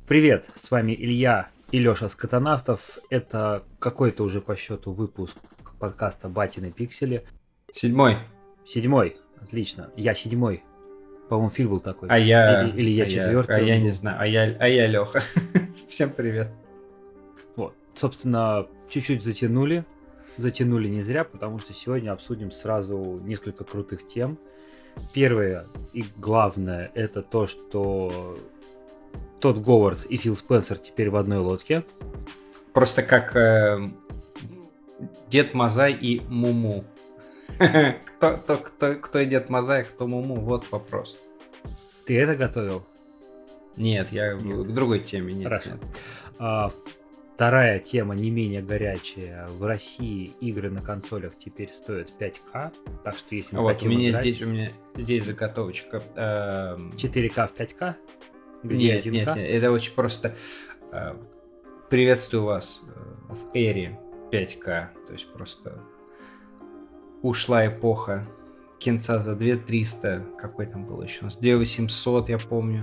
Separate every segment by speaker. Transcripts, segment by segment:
Speaker 1: Привет, с вами Илья и Лёша Скотонавтов. Это какой-то уже по счету выпуск подкаста «Батины пиксели».
Speaker 2: 7.
Speaker 1: Седьмой, отлично. Я седьмой. По-моему, Филь был такой.
Speaker 2: А я...
Speaker 1: Или я четвертый он
Speaker 2: я не
Speaker 1: был.
Speaker 2: знаю. А я Леха. Всем привет.
Speaker 1: Вот. Собственно, чуть-чуть затянули. Затянули не зря, потому что сегодня обсудим сразу несколько крутых тем. Первое и главное — это то, что Тодд Говард и Фил Спенсер теперь в одной лодке.
Speaker 2: Просто как Дед Мазай и Муму. Кто Дед Мазай, кто Муму? Вот вопрос.
Speaker 1: Ты это готовил?
Speaker 2: Нет, я к другой теме. Нет,
Speaker 1: Хорошо.
Speaker 2: нет.
Speaker 1: Вторая тема, не менее горячая. В России игры на консолях теперь стоят 5К. Так что если мы
Speaker 2: Вот,
Speaker 1: хотим
Speaker 2: у меня
Speaker 1: играть...
Speaker 2: здесь заготовочка.
Speaker 1: 4К в 5К? Где
Speaker 2: Нет,
Speaker 1: 1К?
Speaker 2: это очень просто. Приветствую вас в эре 5К. То есть просто ушла эпоха кинца за 2300. Какой там был еще у нас? 2800, я помню.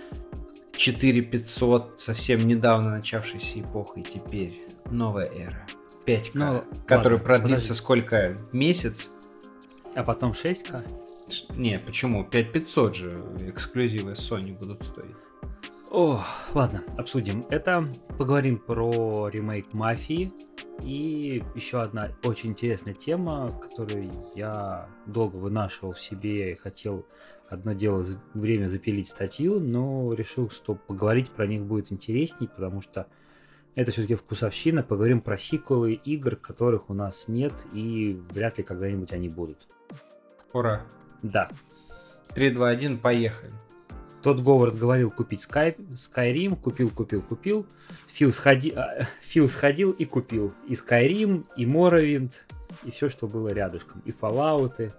Speaker 2: 4500, совсем недавно начавшаяся эпоха. И теперь новая эра 5К,
Speaker 1: Ну,
Speaker 2: которая
Speaker 1: ладно,
Speaker 2: продлится
Speaker 1: подожди.
Speaker 2: сколько? Месяц?
Speaker 1: А потом 6К?
Speaker 2: Не, почему? 5500 же эксклюзивы Sony будут стоить.
Speaker 1: О, ладно, обсудим это. Поговорим про ремейк «Мафии». И еще одна очень интересная тема, которую я долго вынашивал в себе и хотел одно дело время запилить статью, но решил, что поговорить про них будет интересней, потому что это все-таки вкусовщина. Поговорим про сиквелы игр, которых у нас нет и вряд ли когда-нибудь они будут.
Speaker 2: Ура.
Speaker 1: Да.
Speaker 2: 3, 2, 1, поехали.
Speaker 1: Тодд Говард говорил купить Skyrim, купил. Фил сходил и купил и Skyrim, и Morrowind, и все, что было рядышком, и Fallout.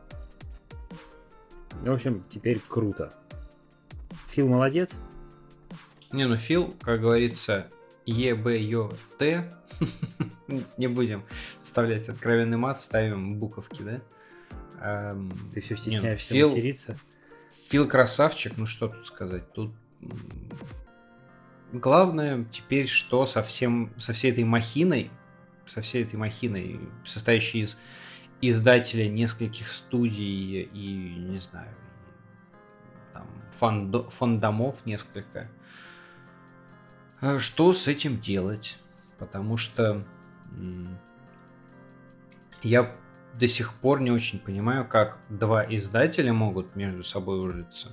Speaker 1: В общем, теперь круто. Фил молодец.
Speaker 2: Не, ну Фил, как говорится, ЕБЙТ. Не будем вставлять откровенный мат, вставим буковки, да?
Speaker 1: Ты все стесняешься
Speaker 2: Фил,
Speaker 1: материться.
Speaker 2: Фил красавчик, ну что тут сказать. Тут главное теперь, что со всей этой махиной, состоящей из издателя нескольких студий и, не знаю, там, фандомов несколько, что с этим делать? Потому что я до сих пор не очень понимаю, как два издателя могут между собой ужиться.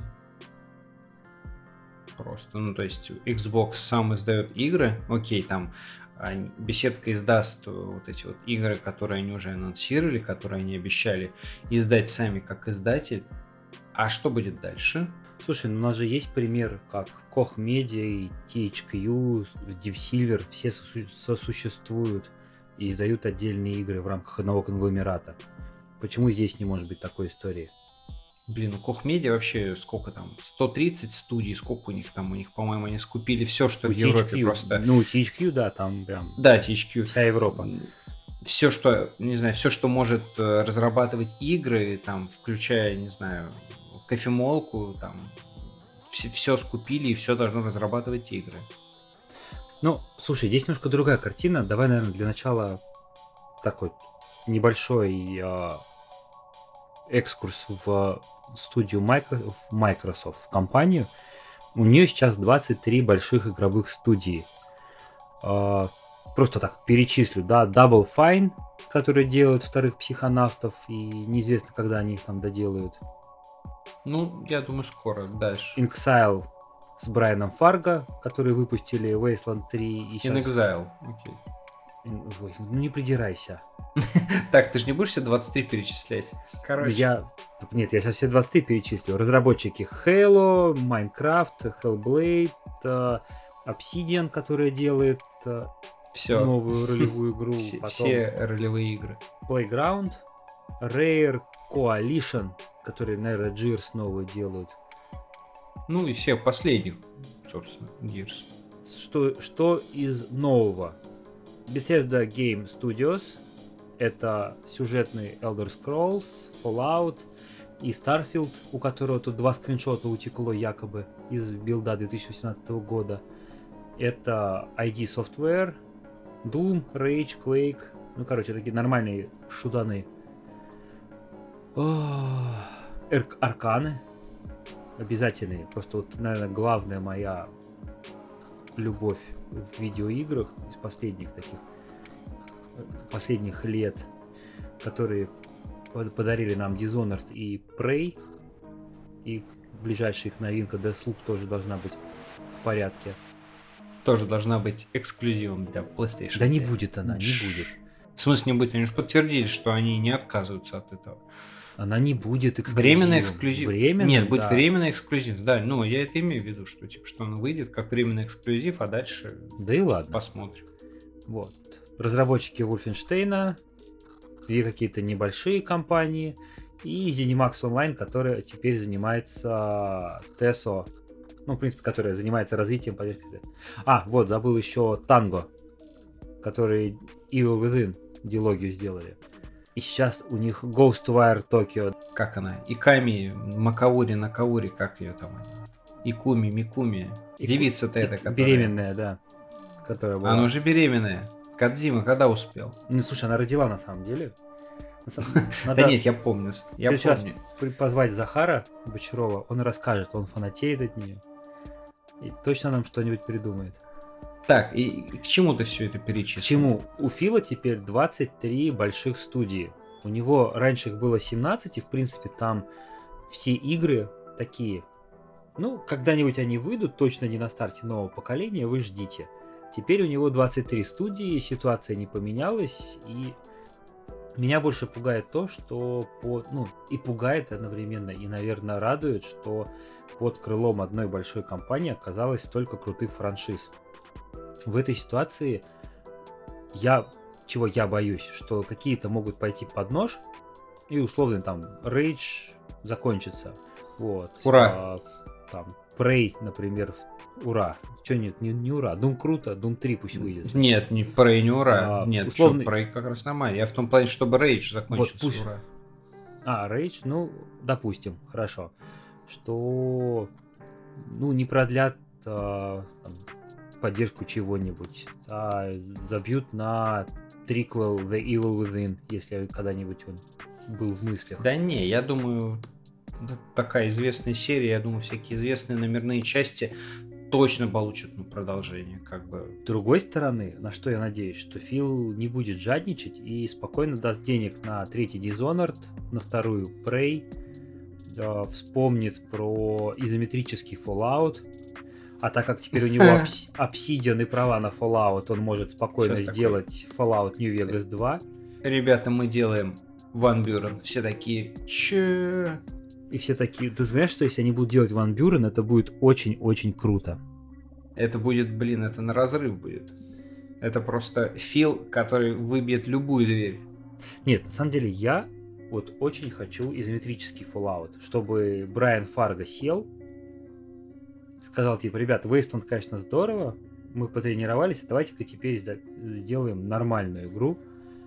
Speaker 2: Просто, ну, то есть Xbox сам издает игры, окей, там беседка издаст вот эти вот игры, которые они уже анонсировали, которые они обещали издать сами как издатель. А что будет дальше?
Speaker 1: Слушай, ну у нас же есть пример, как Koch Media и THQ, Deep Silver, все сосуществуют и издают отдельные игры в рамках одного конгломерата. Почему здесь не может быть такой истории?
Speaker 2: Блин, у Koch Media вообще сколько там? 130 студий, сколько у них там? У них, по-моему, они скупили все, что
Speaker 1: У
Speaker 2: в Европе
Speaker 1: THQ,
Speaker 2: просто...
Speaker 1: Ну, THQ, да, там прям
Speaker 2: Да, THQ.
Speaker 1: вся Европа.
Speaker 2: Все, что, не знаю, все, что может разрабатывать игры, там, включая, не знаю, кофемолку, там, все скупили и все должно разрабатывать игры.
Speaker 1: Ну, слушай, здесь немножко другая картина. Давай, наверное, для начала такой небольшой экскурс в студию Microsoft, в компанию. У нее сейчас 23 больших игровых студии. Просто так перечислю, да, Double Fine, которые делают вторых психонавтов, и неизвестно, когда они их там доделают.
Speaker 2: Ну, я думаю, скоро, дальше.
Speaker 1: Inxile с Брайаном Фарго, которые выпустили Wasteland 3 и сейчас...
Speaker 2: In Exile, окей.
Speaker 1: Ой, ну не придирайся.
Speaker 2: Так, ты же не будешь все 23 перечислять? Короче.
Speaker 1: Нет, я сейчас все 23 перечислю. Разработчики Halo, Minecraft, Hellblade, Obsidian, которая делает
Speaker 2: Все.
Speaker 1: новую ролевую игру.
Speaker 2: Все ролевые игры.
Speaker 1: Playground, Rare, Coalition, которые, наверное, Gears новую делают.
Speaker 2: Ну и все последних, собственно, Gears.
Speaker 1: Что из нового? Bethesda Game Studios. Это сюжетный Elder Scrolls, Fallout и Starfield, у которого тут 2 скриншота утекло якобы из билда 2018 года. Это ID Software, Doom, Rage, Quake. Ну, короче, такие нормальные шутаны. Арканы обязательные. Просто вот, наверное, главная моя любовь в видеоиграх из последних лет, которые подарили нам Dishonored и Prey, и ближайшая их новинка Deathloop тоже должна быть в порядке.
Speaker 2: Тоже должна быть эксклюзивом для PlayStation 5.
Speaker 1: Да не будет она, не будет.
Speaker 2: В смысле не будет? Они же подтвердили, что они не отказываются от этого.
Speaker 1: Она не будет эксклюзивом.
Speaker 2: Временный эксклюзив.
Speaker 1: Временный,
Speaker 2: Нет, будет
Speaker 1: да.
Speaker 2: временный эксклюзив. Да, ну я это имею в виду, что типа, что он выйдет как временный эксклюзив, а дальше
Speaker 1: Да и ладно.
Speaker 2: посмотрим.
Speaker 1: Вот. Разработчики Wolfenstein, две какие-то небольшие компании и ZeniMax Online, которая теперь занимается TESO, ну, в принципе, которая занимается развитием поддержки. Вот, забыл еще Tango, которые Evil Within дилогию сделали. И сейчас у них Ghostwire Tokyo.
Speaker 2: Как она? Иками, Макаури, Накаури, как ее там? Икуми, Микуми. Девица-то эта, которая...
Speaker 1: Беременная, да. Которая была...
Speaker 2: Она уже беременная. Кодзима когда успел?
Speaker 1: Ну, слушай, она родила на самом деле.
Speaker 2: Да нет, я помню.
Speaker 1: Сейчас позвать Захара Бочарова, он расскажет, он фанатеет от нее. И точно нам что-нибудь придумает.
Speaker 2: Так, и к чему ты все это перечислил?
Speaker 1: К чему? У Фила теперь 23 больших студии. У него раньше их было 17, и в принципе там все игры такие. Ну, когда-нибудь они выйдут, точно не на старте нового поколения, вы ждите. Теперь у него 23 студии, ситуация не поменялась, и меня больше пугает то, что и пугает одновременно, и, наверное, радует, что под крылом одной большой компании оказалось столько крутых франшиз. В этой ситуации чего я боюсь, что какие-то могут пойти под нож, и условно там Rage закончится. Вот.
Speaker 2: Ура!
Speaker 1: Там Prey, например, ура. Че нет, не ура. Doom круто, Doom 3 пусть выйдет.
Speaker 2: Нет, не Prey, не ура. Нет,
Speaker 1: условный...
Speaker 2: Prey как раз нормально. Я в том плане, чтобы Rage закончился,
Speaker 1: вот пусть...
Speaker 2: ура.
Speaker 1: Rage, ну, допустим, хорошо. Что, не продлят поддержку чего-нибудь, а забьют на триквел The Evil Within, если когда-нибудь он был в мыслях.
Speaker 2: Да не, я думаю, такая известная серия, я думаю, всякие известные номерные части точно получат продолжение, как бы.
Speaker 1: С другой стороны, на что я надеюсь, что Фил не будет жадничать и спокойно даст денег на третий Dishonored, на вторую Prey, вспомнит про изометрический Fallout, а так как теперь у него Obsidian и права на Fallout, он может спокойно сделать Fallout New Vegas 2.
Speaker 2: Ребята, мы делаем Van Buren. Все такие, че?
Speaker 1: И все такие, ты знаешь, что если они будут делать Van Buren, это будет очень-очень круто.
Speaker 2: Это будет, это на разрыв будет. Это просто Фил, который выбьет любую дверь.
Speaker 1: Нет, на самом деле я вот очень хочу изометрический Fallout, чтобы Брайан Фарго сел, сказал, типа, ребята, Wasteland, конечно, здорово, мы потренировались, давайте-ка теперь сделаем нормальную игру.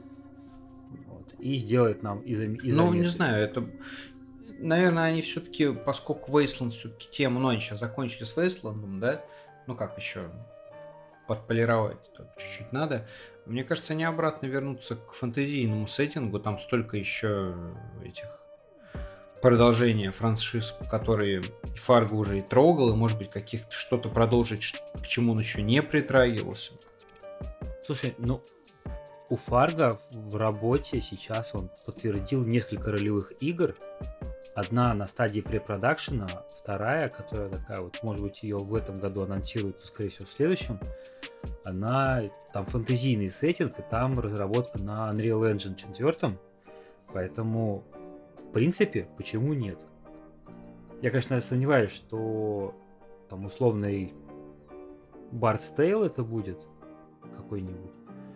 Speaker 1: Вот, и сделает нам изометрию.
Speaker 2: Ну, не знаю, это... Наверное, они все-таки, поскольку Wasteland все-таки тему, они сейчас закончили с Wasteland, да? Ну как еще подполировать чуть-чуть надо. Мне кажется, они обратно вернутся к фэнтезийному сеттингу, там столько еще этих продолжения франшиз, которые Фарго уже и трогал, и может быть каких-то что-то продолжить, к чему он еще не притрагивался.
Speaker 1: Слушай, у Фарго в работе сейчас он подтвердил несколько ролевых игр. Одна на стадии препродакшена, вторая, которая такая вот, может быть, ее в этом году анонсируют, скорее всего, в следующем. Она, там фэнтезийный сеттинг, и там разработка на Unreal Engine 4. Поэтому, в принципе, почему нет? Я, конечно, сомневаюсь, что там условный Bard's Tale это будет какой-нибудь.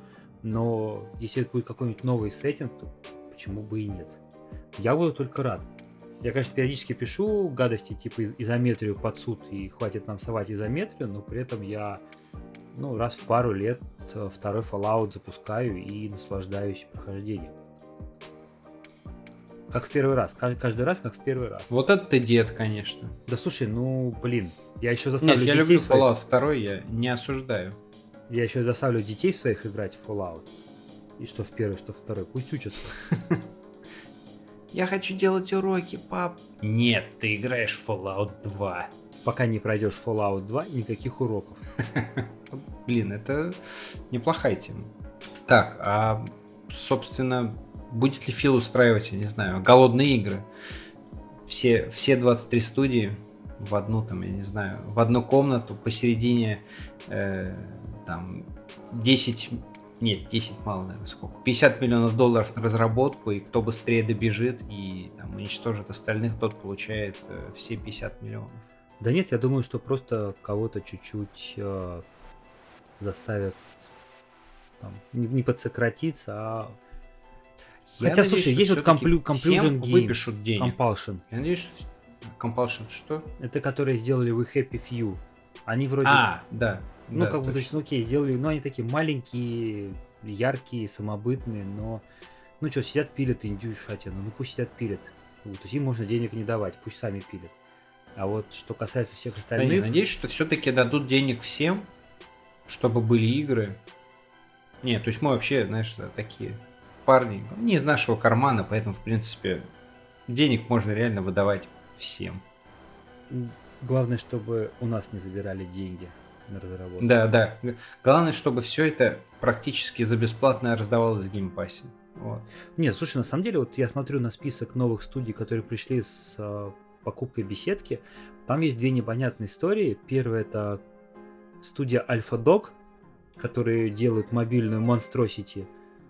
Speaker 1: Но если это будет какой-нибудь новый сеттинг, то почему бы и нет? Я буду только рад. Я, конечно, периодически пишу гадости типа изометрию под суд и хватит нам совать изометрию, но при этом я раз в пару лет второй Fallout запускаю и наслаждаюсь прохождением. Как в первый раз. Каждый раз, как в первый раз.
Speaker 2: Вот это ты дед, конечно.
Speaker 1: Да слушай, ну, блин, я еще
Speaker 2: Нет,
Speaker 1: заставлю
Speaker 2: я
Speaker 1: детей
Speaker 2: люблю
Speaker 1: своих...
Speaker 2: Fallout 2, я не осуждаю.
Speaker 1: Я еще заставлю детей своих играть в Fallout. И что в первый, что в второй. Пусть учатся.
Speaker 2: Я хочу делать уроки, пап. Нет, ты играешь в Fallout 2.
Speaker 1: Пока не пройдешь Fallout 2, никаких уроков.
Speaker 2: Блин, это неплохая тема. Так, а, собственно, будет ли Фил устраивать, я не знаю, голодные игры? Все 23 студии в одну, там, я не знаю, в одну комнату, посередине там 10... Нет, 10 мало, наверное, сколько. 50 миллионов долларов на разработку, и кто быстрее добежит и там, уничтожит остальных, тот получает все 50 миллионов.
Speaker 1: Да нет, я думаю, что просто кого-то чуть-чуть заставят там, не подсократиться, а... Хотя,
Speaker 2: надеюсь,
Speaker 1: слушай,
Speaker 2: что
Speaker 1: есть вот
Speaker 2: всё-таки
Speaker 1: Compulsion
Speaker 2: всем
Speaker 1: Games.
Speaker 2: выпишут денег.
Speaker 1: Compulsion.
Speaker 2: Я надеюсь, что... Compulsion что?
Speaker 1: Это которые сделали We Happy Few. Они вроде...
Speaker 2: Да.
Speaker 1: Ну,
Speaker 2: да,
Speaker 1: как бы, то
Speaker 2: точно.
Speaker 1: есть, ну, окей, сделали, ну, они такие маленькие, яркие, самобытные, но, ну, что, сидят, пилят индюшатину, ну, пусть сидят, пилят. Вот, то есть, им можно денег не давать, пусть сами пилят. А вот, что касается всех
Speaker 2: Да,
Speaker 1: остальных...
Speaker 2: не, надеюсь, что все-таки дадут денег всем, чтобы были игры. Нет, то есть мы вообще, знаешь, такие парни не из нашего кармана, поэтому, в принципе, денег можно реально выдавать всем.
Speaker 1: Главное, чтобы у нас не забирали деньги на разработку.
Speaker 2: Да. Главное, чтобы все это практически за бесплатно раздавалось в геймпассе. Вот.
Speaker 1: Нет, слушай, на самом деле, вот я смотрю на список новых студий, которые пришли с покупкой беседки. Там есть две непонятные истории. Первая — это студия Alpha Dog, которые делают мобильную Monstrosity.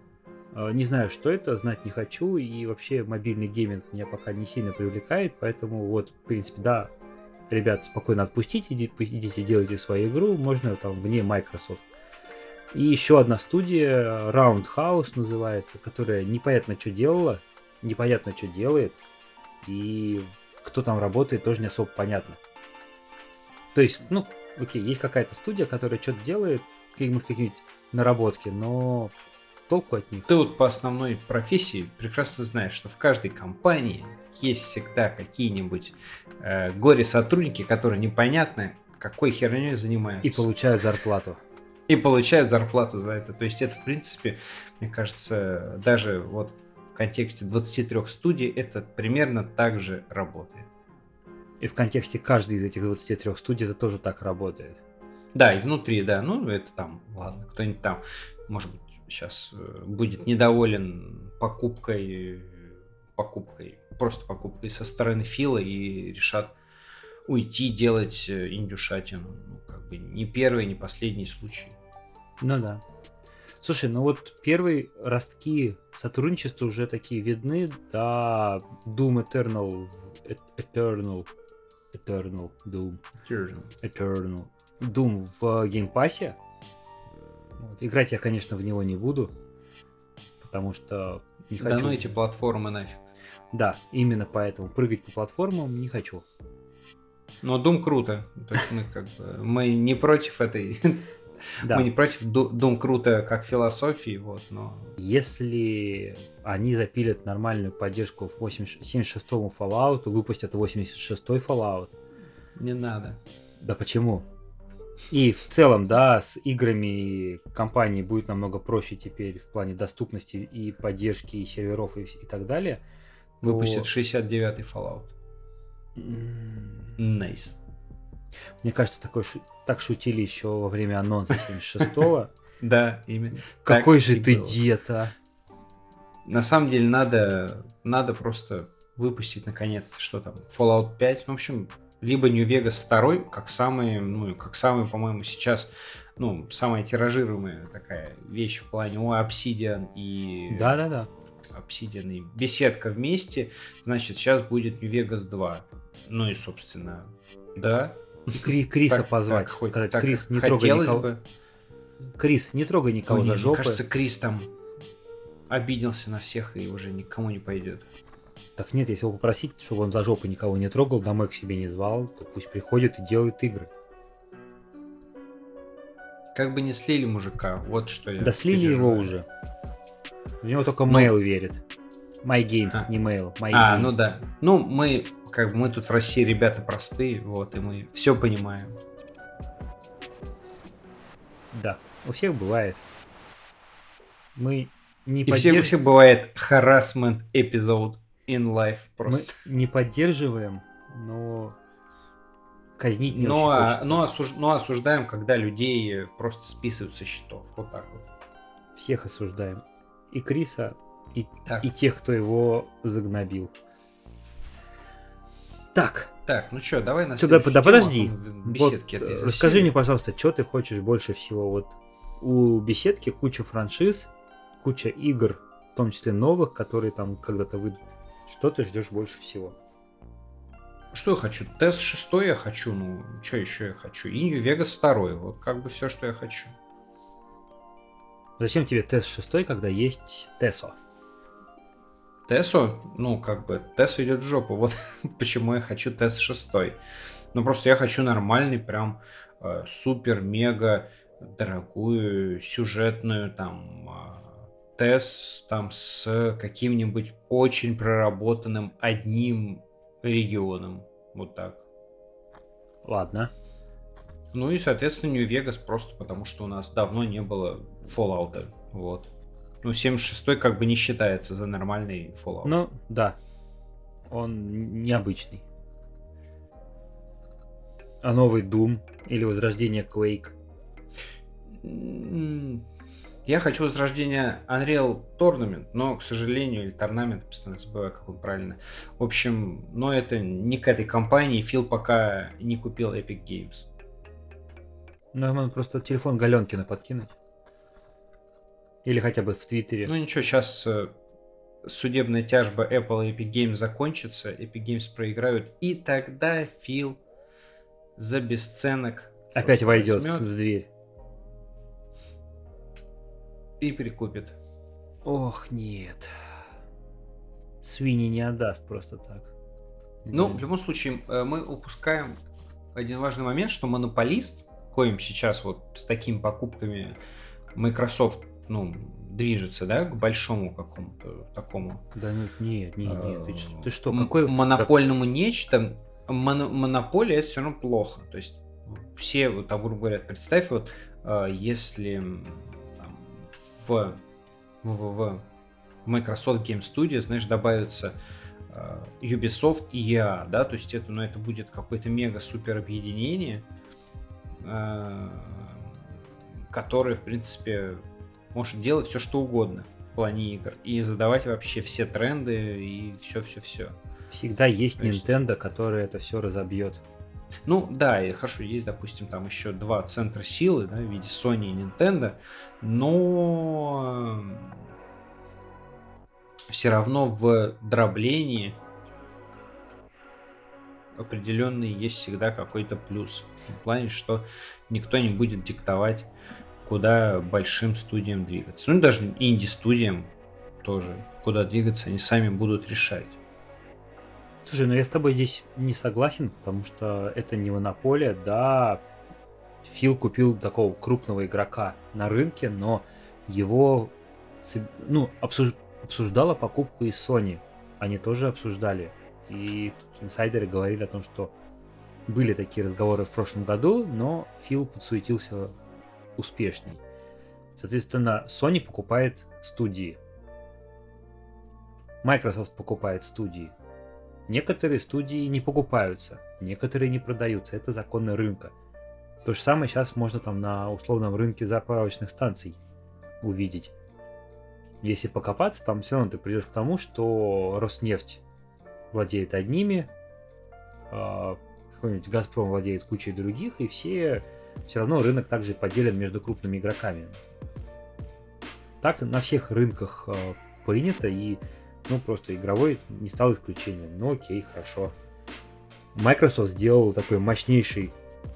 Speaker 1: Не знаю, что это, знать не хочу, и вообще мобильный гейминг меня пока не сильно привлекает, поэтому вот, в принципе, да, ребят, спокойно отпустите, идите делайте свою игру, можно там вне Microsoft. И еще одна студия, Roundhouse называется, которая непонятно что делала, непонятно что делает, и кто там работает, тоже не особо понятно. То есть, ну, окей, есть какая-то студия, которая что-то делает, может, какие-нибудь наработки, но толку от них.
Speaker 2: Ты вот по основной профессии прекрасно знаешь, что в каждой компании есть всегда какие-нибудь горе-сотрудники, которые непонятно какой херней занимаются.
Speaker 1: И получают зарплату.
Speaker 2: И получают зарплату за это. То есть это, в принципе, мне кажется, даже вот в контексте 23 студий это примерно так же работает.
Speaker 1: И в контексте каждой из этих 23 студий это тоже так работает.
Speaker 2: Да, и внутри, да. Ну, это там, ладно, кто-нибудь там, может быть, сейчас будет недоволен просто покупкой со стороны Фила и решат уйти делать индюшатину. Ну, как бы не первый, не последний случай.
Speaker 1: Ну да. Слушай, ну вот первые ростки сотрудничества уже такие видны, да, Doom Eternal, Doom в геймпассе. Вот. Играть я, конечно, в него не буду, потому что не хочу.
Speaker 2: Да ну эти платформы нафиг.
Speaker 1: Да, именно поэтому прыгать по платформам не хочу.
Speaker 2: Но Doom круто. То есть мы не против этой...
Speaker 1: Да.
Speaker 2: Мы не против Doom круто как философии, вот, но...
Speaker 1: Если они запилят нормальную поддержку в 76-му Fallout, выпустят 86-й Fallout.
Speaker 2: Не надо.
Speaker 1: Да почему? И в целом, да, с играми компании будет намного проще теперь в плане доступности и поддержки и серверов и так далее.
Speaker 2: Выпустят 69-й Fallout. Nice.
Speaker 1: Мне кажется, так шутили еще во время анонса 76-го.
Speaker 2: Да, именно.
Speaker 1: Какой же ты дед, а?
Speaker 2: На самом деле надо просто выпустить наконец-то, что там, Fallout 5. Ну, в общем, либо New Vegas 2, как самый, по-моему, сейчас, самая тиражируемая такая вещь в плане Obsidian и...
Speaker 1: Да.
Speaker 2: Obsidian и беседка вместе, значит, сейчас будет New Vegas 2. Ну и, собственно, да.
Speaker 1: И Криса позвать, сказать, Крис, не трогай никого. Крис, не трогай никого за жопу.
Speaker 2: Мне кажется, Крис там обиделся на всех и уже никому не пойдет.
Speaker 1: Так нет, если его попросить, чтобы он за жопу никого не трогал, домой к себе не звал, то пусть приходит и делает игры.
Speaker 2: Как бы не слили мужика, вот что я...
Speaker 1: Да слили его уже. В него только Мейл верит. My Games,
Speaker 2: А.
Speaker 1: не Mail, My Games.
Speaker 2: Ну да. Ну, мы тут в России ребята простые, вот, и мы все понимаем.
Speaker 1: Да, у всех бывает. Мы не
Speaker 2: И у всех бывает harassment episode in life просто.
Speaker 1: Мы не поддерживаем, но казнить не
Speaker 2: Ну,
Speaker 1: очень хочется.
Speaker 2: осуждаем, когда людей просто списывают со счетов. Вот так вот.
Speaker 1: Всех осуждаем. И Криса,
Speaker 2: Так.
Speaker 1: и тех, кто его загнобил. Так.
Speaker 2: Так, ну что, давай на
Speaker 1: Сюда,
Speaker 2: следующую
Speaker 1: да
Speaker 2: тему,
Speaker 1: подожди.
Speaker 2: а то мы в
Speaker 1: Вот,
Speaker 2: беседке этой
Speaker 1: расскажи
Speaker 2: засели.
Speaker 1: мне, пожалуйста, что ты хочешь больше всего? Вот у беседки куча франшиз, куча игр, в том числе новых, которые там когда-то выйдут. Что ты ждешь больше всего?
Speaker 2: Что я хочу? Тест 6 я хочу, ну, что еще я хочу? И Нью-Вегас 2, вот как бы все, что я хочу.
Speaker 1: Зачем тебе тест 6, когда есть Тесо?
Speaker 2: Тесо, ну, как бы, Тесо идет в жопу, вот почему я хочу тест 6. Ну, просто я хочу нормальный, прям супер-мега дорогую сюжетную, там, тест, там, с каким-нибудь очень проработанным одним регионом, вот так.
Speaker 1: Ладно.
Speaker 2: Ну и, соответственно, Нью-Вегас просто потому, что у нас давно не было Fallout, вот. Ну, 76-й как бы не считается за нормальный Fallout.
Speaker 1: Ну, да. Он необычный. А новый Doom или возрождение Quake?
Speaker 2: Я хочу возрождение Unreal Tournament, но, к сожалению, или Tournament, постоянно забываю, как он правильно. В общем, но это не к этой компании. Фил пока не купил Epic Games.
Speaker 1: Ну, ему просто телефон Галенкина подкинуть. Или хотя бы в Твиттере.
Speaker 2: Ну ничего, сейчас судебная тяжба Apple и Epic Games закончится, Epic Games проиграют, и тогда Фил за бесценок
Speaker 1: опять войдет
Speaker 2: возьмет
Speaker 1: в дверь.
Speaker 2: и перекупит.
Speaker 1: Ох, нет. Свиньи не отдаст просто так.
Speaker 2: Ну, в любом случае, мы упускаем один важный момент, что монополист, коим сейчас вот с такими покупками Microsoft, ну, движется, да, к большому какому-то такому.
Speaker 1: Да ну нет. Ты что, какой...
Speaker 2: Монопольному нечто. Монополия — это все равно плохо. То есть все, вот, там, грубо говоря, представь, вот, если там, в Microsoft Game Studios, знаешь, добавится Ubisoft и EA, да, то есть это, ну, это будет какое-то мега-супер объединение, которое, в принципе, может делать все, что угодно в плане игр и задавать вообще все тренды и все.
Speaker 1: Всегда есть
Speaker 2: То есть-
Speaker 1: Nintendo, который это все разобьет.
Speaker 2: Ну да, и хорошо, есть, допустим, там еще два центра силы, да, в виде Sony и Nintendo, но все равно в дроблении определенный есть всегда какой-то плюс. В том плане, что никто не будет диктовать, куда большим студиям двигаться. Ну и даже инди-студиям тоже, куда двигаться, они сами будут решать.
Speaker 1: Слушай, ну я с тобой здесь не согласен, потому что это не монополия, да. Фил купил такого крупного игрока на рынке, но его обсуждала покупку и Sony. Они тоже обсуждали. И тут инсайдеры говорили о том, что были такие разговоры в прошлом году, но Фил подсуетился успешней. Соответственно, Sony покупает студии. Microsoft покупает студии. Некоторые студии не покупаются, некоторые не продаются. Это законы рынка. То же самое сейчас можно там на условном рынке заправочных станций увидеть. Если покопаться, там все равно ты придешь к тому, что Роснефть владеет одними, какой-нибудь Газпром владеет кучей других, и все равно рынок также поделен между крупными игроками. Так на всех рынках принято, и просто игровой не стал исключением. Ну окей, хорошо. Microsoft сделал такой мощнейший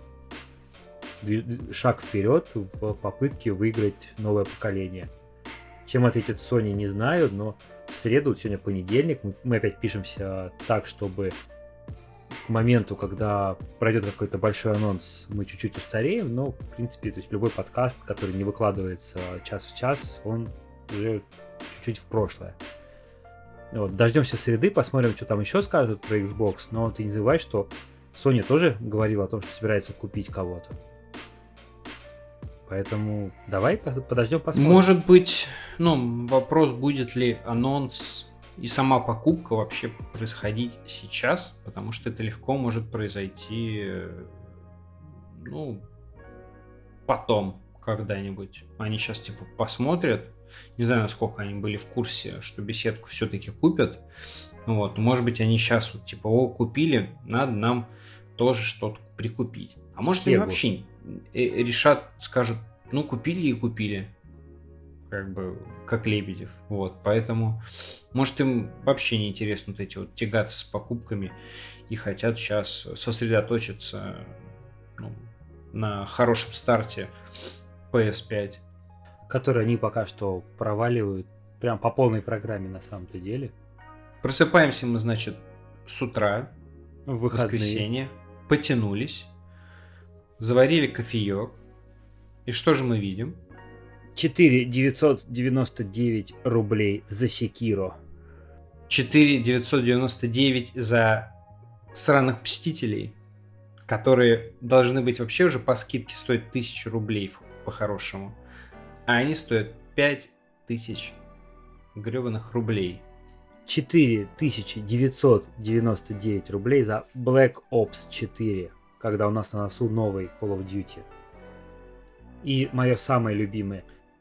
Speaker 1: шаг вперед в попытке выиграть новое поколение. Чем ответит Sony, не знаю, но в среду, сегодня понедельник, мы опять пишемся так, чтобы к моменту, когда пройдет какой-то большой анонс, мы чуть-чуть устареем, но, в принципе, то есть любой подкаст, который не выкладывается час в час, он уже чуть-чуть в прошлое. Вот, дождемся среды, посмотрим, что там еще скажут про Xbox. Но ты не забывай, что Sony тоже говорила о том, что собирается купить кого-то. Поэтому давай подождем, посмотрим.
Speaker 2: Может быть, ну, вопрос, будет ли анонс и сама покупка вообще происходить сейчас, потому что это легко может произойти, ну, потом когда-нибудь. Они сейчас типа посмотрят, не знаю, насколько они были в курсе, что беседку все-таки купят. Вот, может быть, они сейчас вот типа, о, купили, надо нам тоже что-то прикупить. А может, они
Speaker 1: Сегу.
Speaker 2: вообще решат, скажут, ну, купили и купили. Как бы, как Лебедев. Вот, поэтому, может, им вообще не интересно вот эти вот тягаться с покупками и хотят сейчас сосредоточиться, ну, на хорошем старте PS5.
Speaker 1: Который они пока что проваливают прям по полной программе на самом-то деле.
Speaker 2: Просыпаемся мы, значит, с утра,
Speaker 1: В
Speaker 2: в
Speaker 1: выходные.
Speaker 2: воскресенье, потянулись, заварили кофеек. И что же мы видим?
Speaker 1: 4 999 рублей за Секиро.
Speaker 2: 4 999 за сраных Мстителей, которые должны быть вообще уже по скидке стоить 1000 рублей по-хорошему. А они стоят 5000 гребаных рублей.
Speaker 1: 4999 рублей за Black Ops 4, когда у нас на носу новый Call of Duty. И мое самое любимое,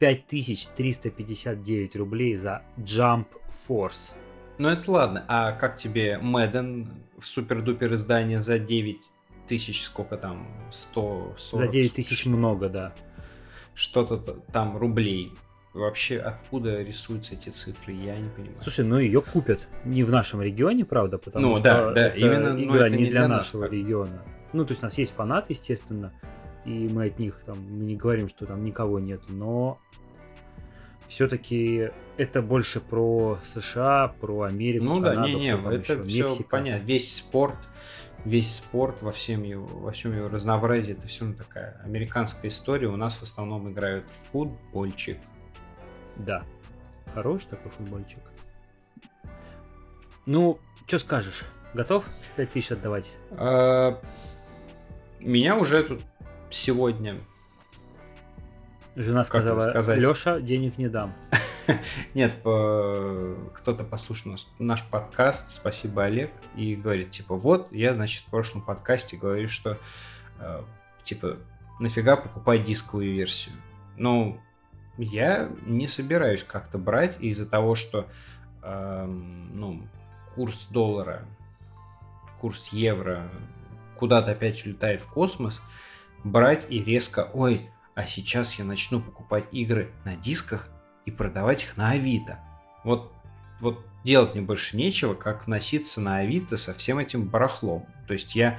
Speaker 1: 5359 рублей за Jump Force.
Speaker 2: Ну это ладно, а как тебе Madden в супер-дупер издание за 9000, сколько там, 140?
Speaker 1: За 9000 много, да.
Speaker 2: Что-то там рублей. Вообще, откуда рисуются эти цифры, я не понимаю.
Speaker 1: Слушай, ну ее купят не в нашем регионе, правда, потому
Speaker 2: Ну,
Speaker 1: что
Speaker 2: да,
Speaker 1: это
Speaker 2: именно, но
Speaker 1: игра
Speaker 2: это
Speaker 1: не
Speaker 2: не
Speaker 1: для
Speaker 2: для нас,
Speaker 1: нашего
Speaker 2: как.
Speaker 1: региона. Ну, то есть у нас есть фанаты, естественно, и мы от них там мы не говорим, что там никого нет, но все-таки это больше про США, про Америку,
Speaker 2: Ну да,
Speaker 1: Канаду,
Speaker 2: не-не,
Speaker 1: кто там
Speaker 2: это
Speaker 1: еще,
Speaker 2: все
Speaker 1: Мексика.
Speaker 2: понятно. Весь спорт во всем его разнообразии, это все такая американская история. У нас в основном играют в футбольчик.
Speaker 1: Да, хороший такой футбольчик. Ну, что скажешь? Готов 5000 отдавать?
Speaker 2: Меня уже тут сегодня...
Speaker 1: Жена
Speaker 2: Как это
Speaker 1: сказала,
Speaker 2: сказать?
Speaker 1: Леша, денег не дам.
Speaker 2: Нет, кто-то послушал наш подкаст, спасибо, Олег, и говорит, типа, вот, я, значит, в прошлом подкасте говорю, что, типа, нафига покупать дисковую версию? Ну, я не собираюсь как-то брать из-за того, что, ну, курс доллара, курс евро куда-то опять улетает в космос, брать и резко, ой, а сейчас я начну покупать игры на дисках и продавать их на Авито. Вот делать мне больше нечего, как носиться на Авито со всем этим барахлом. То есть я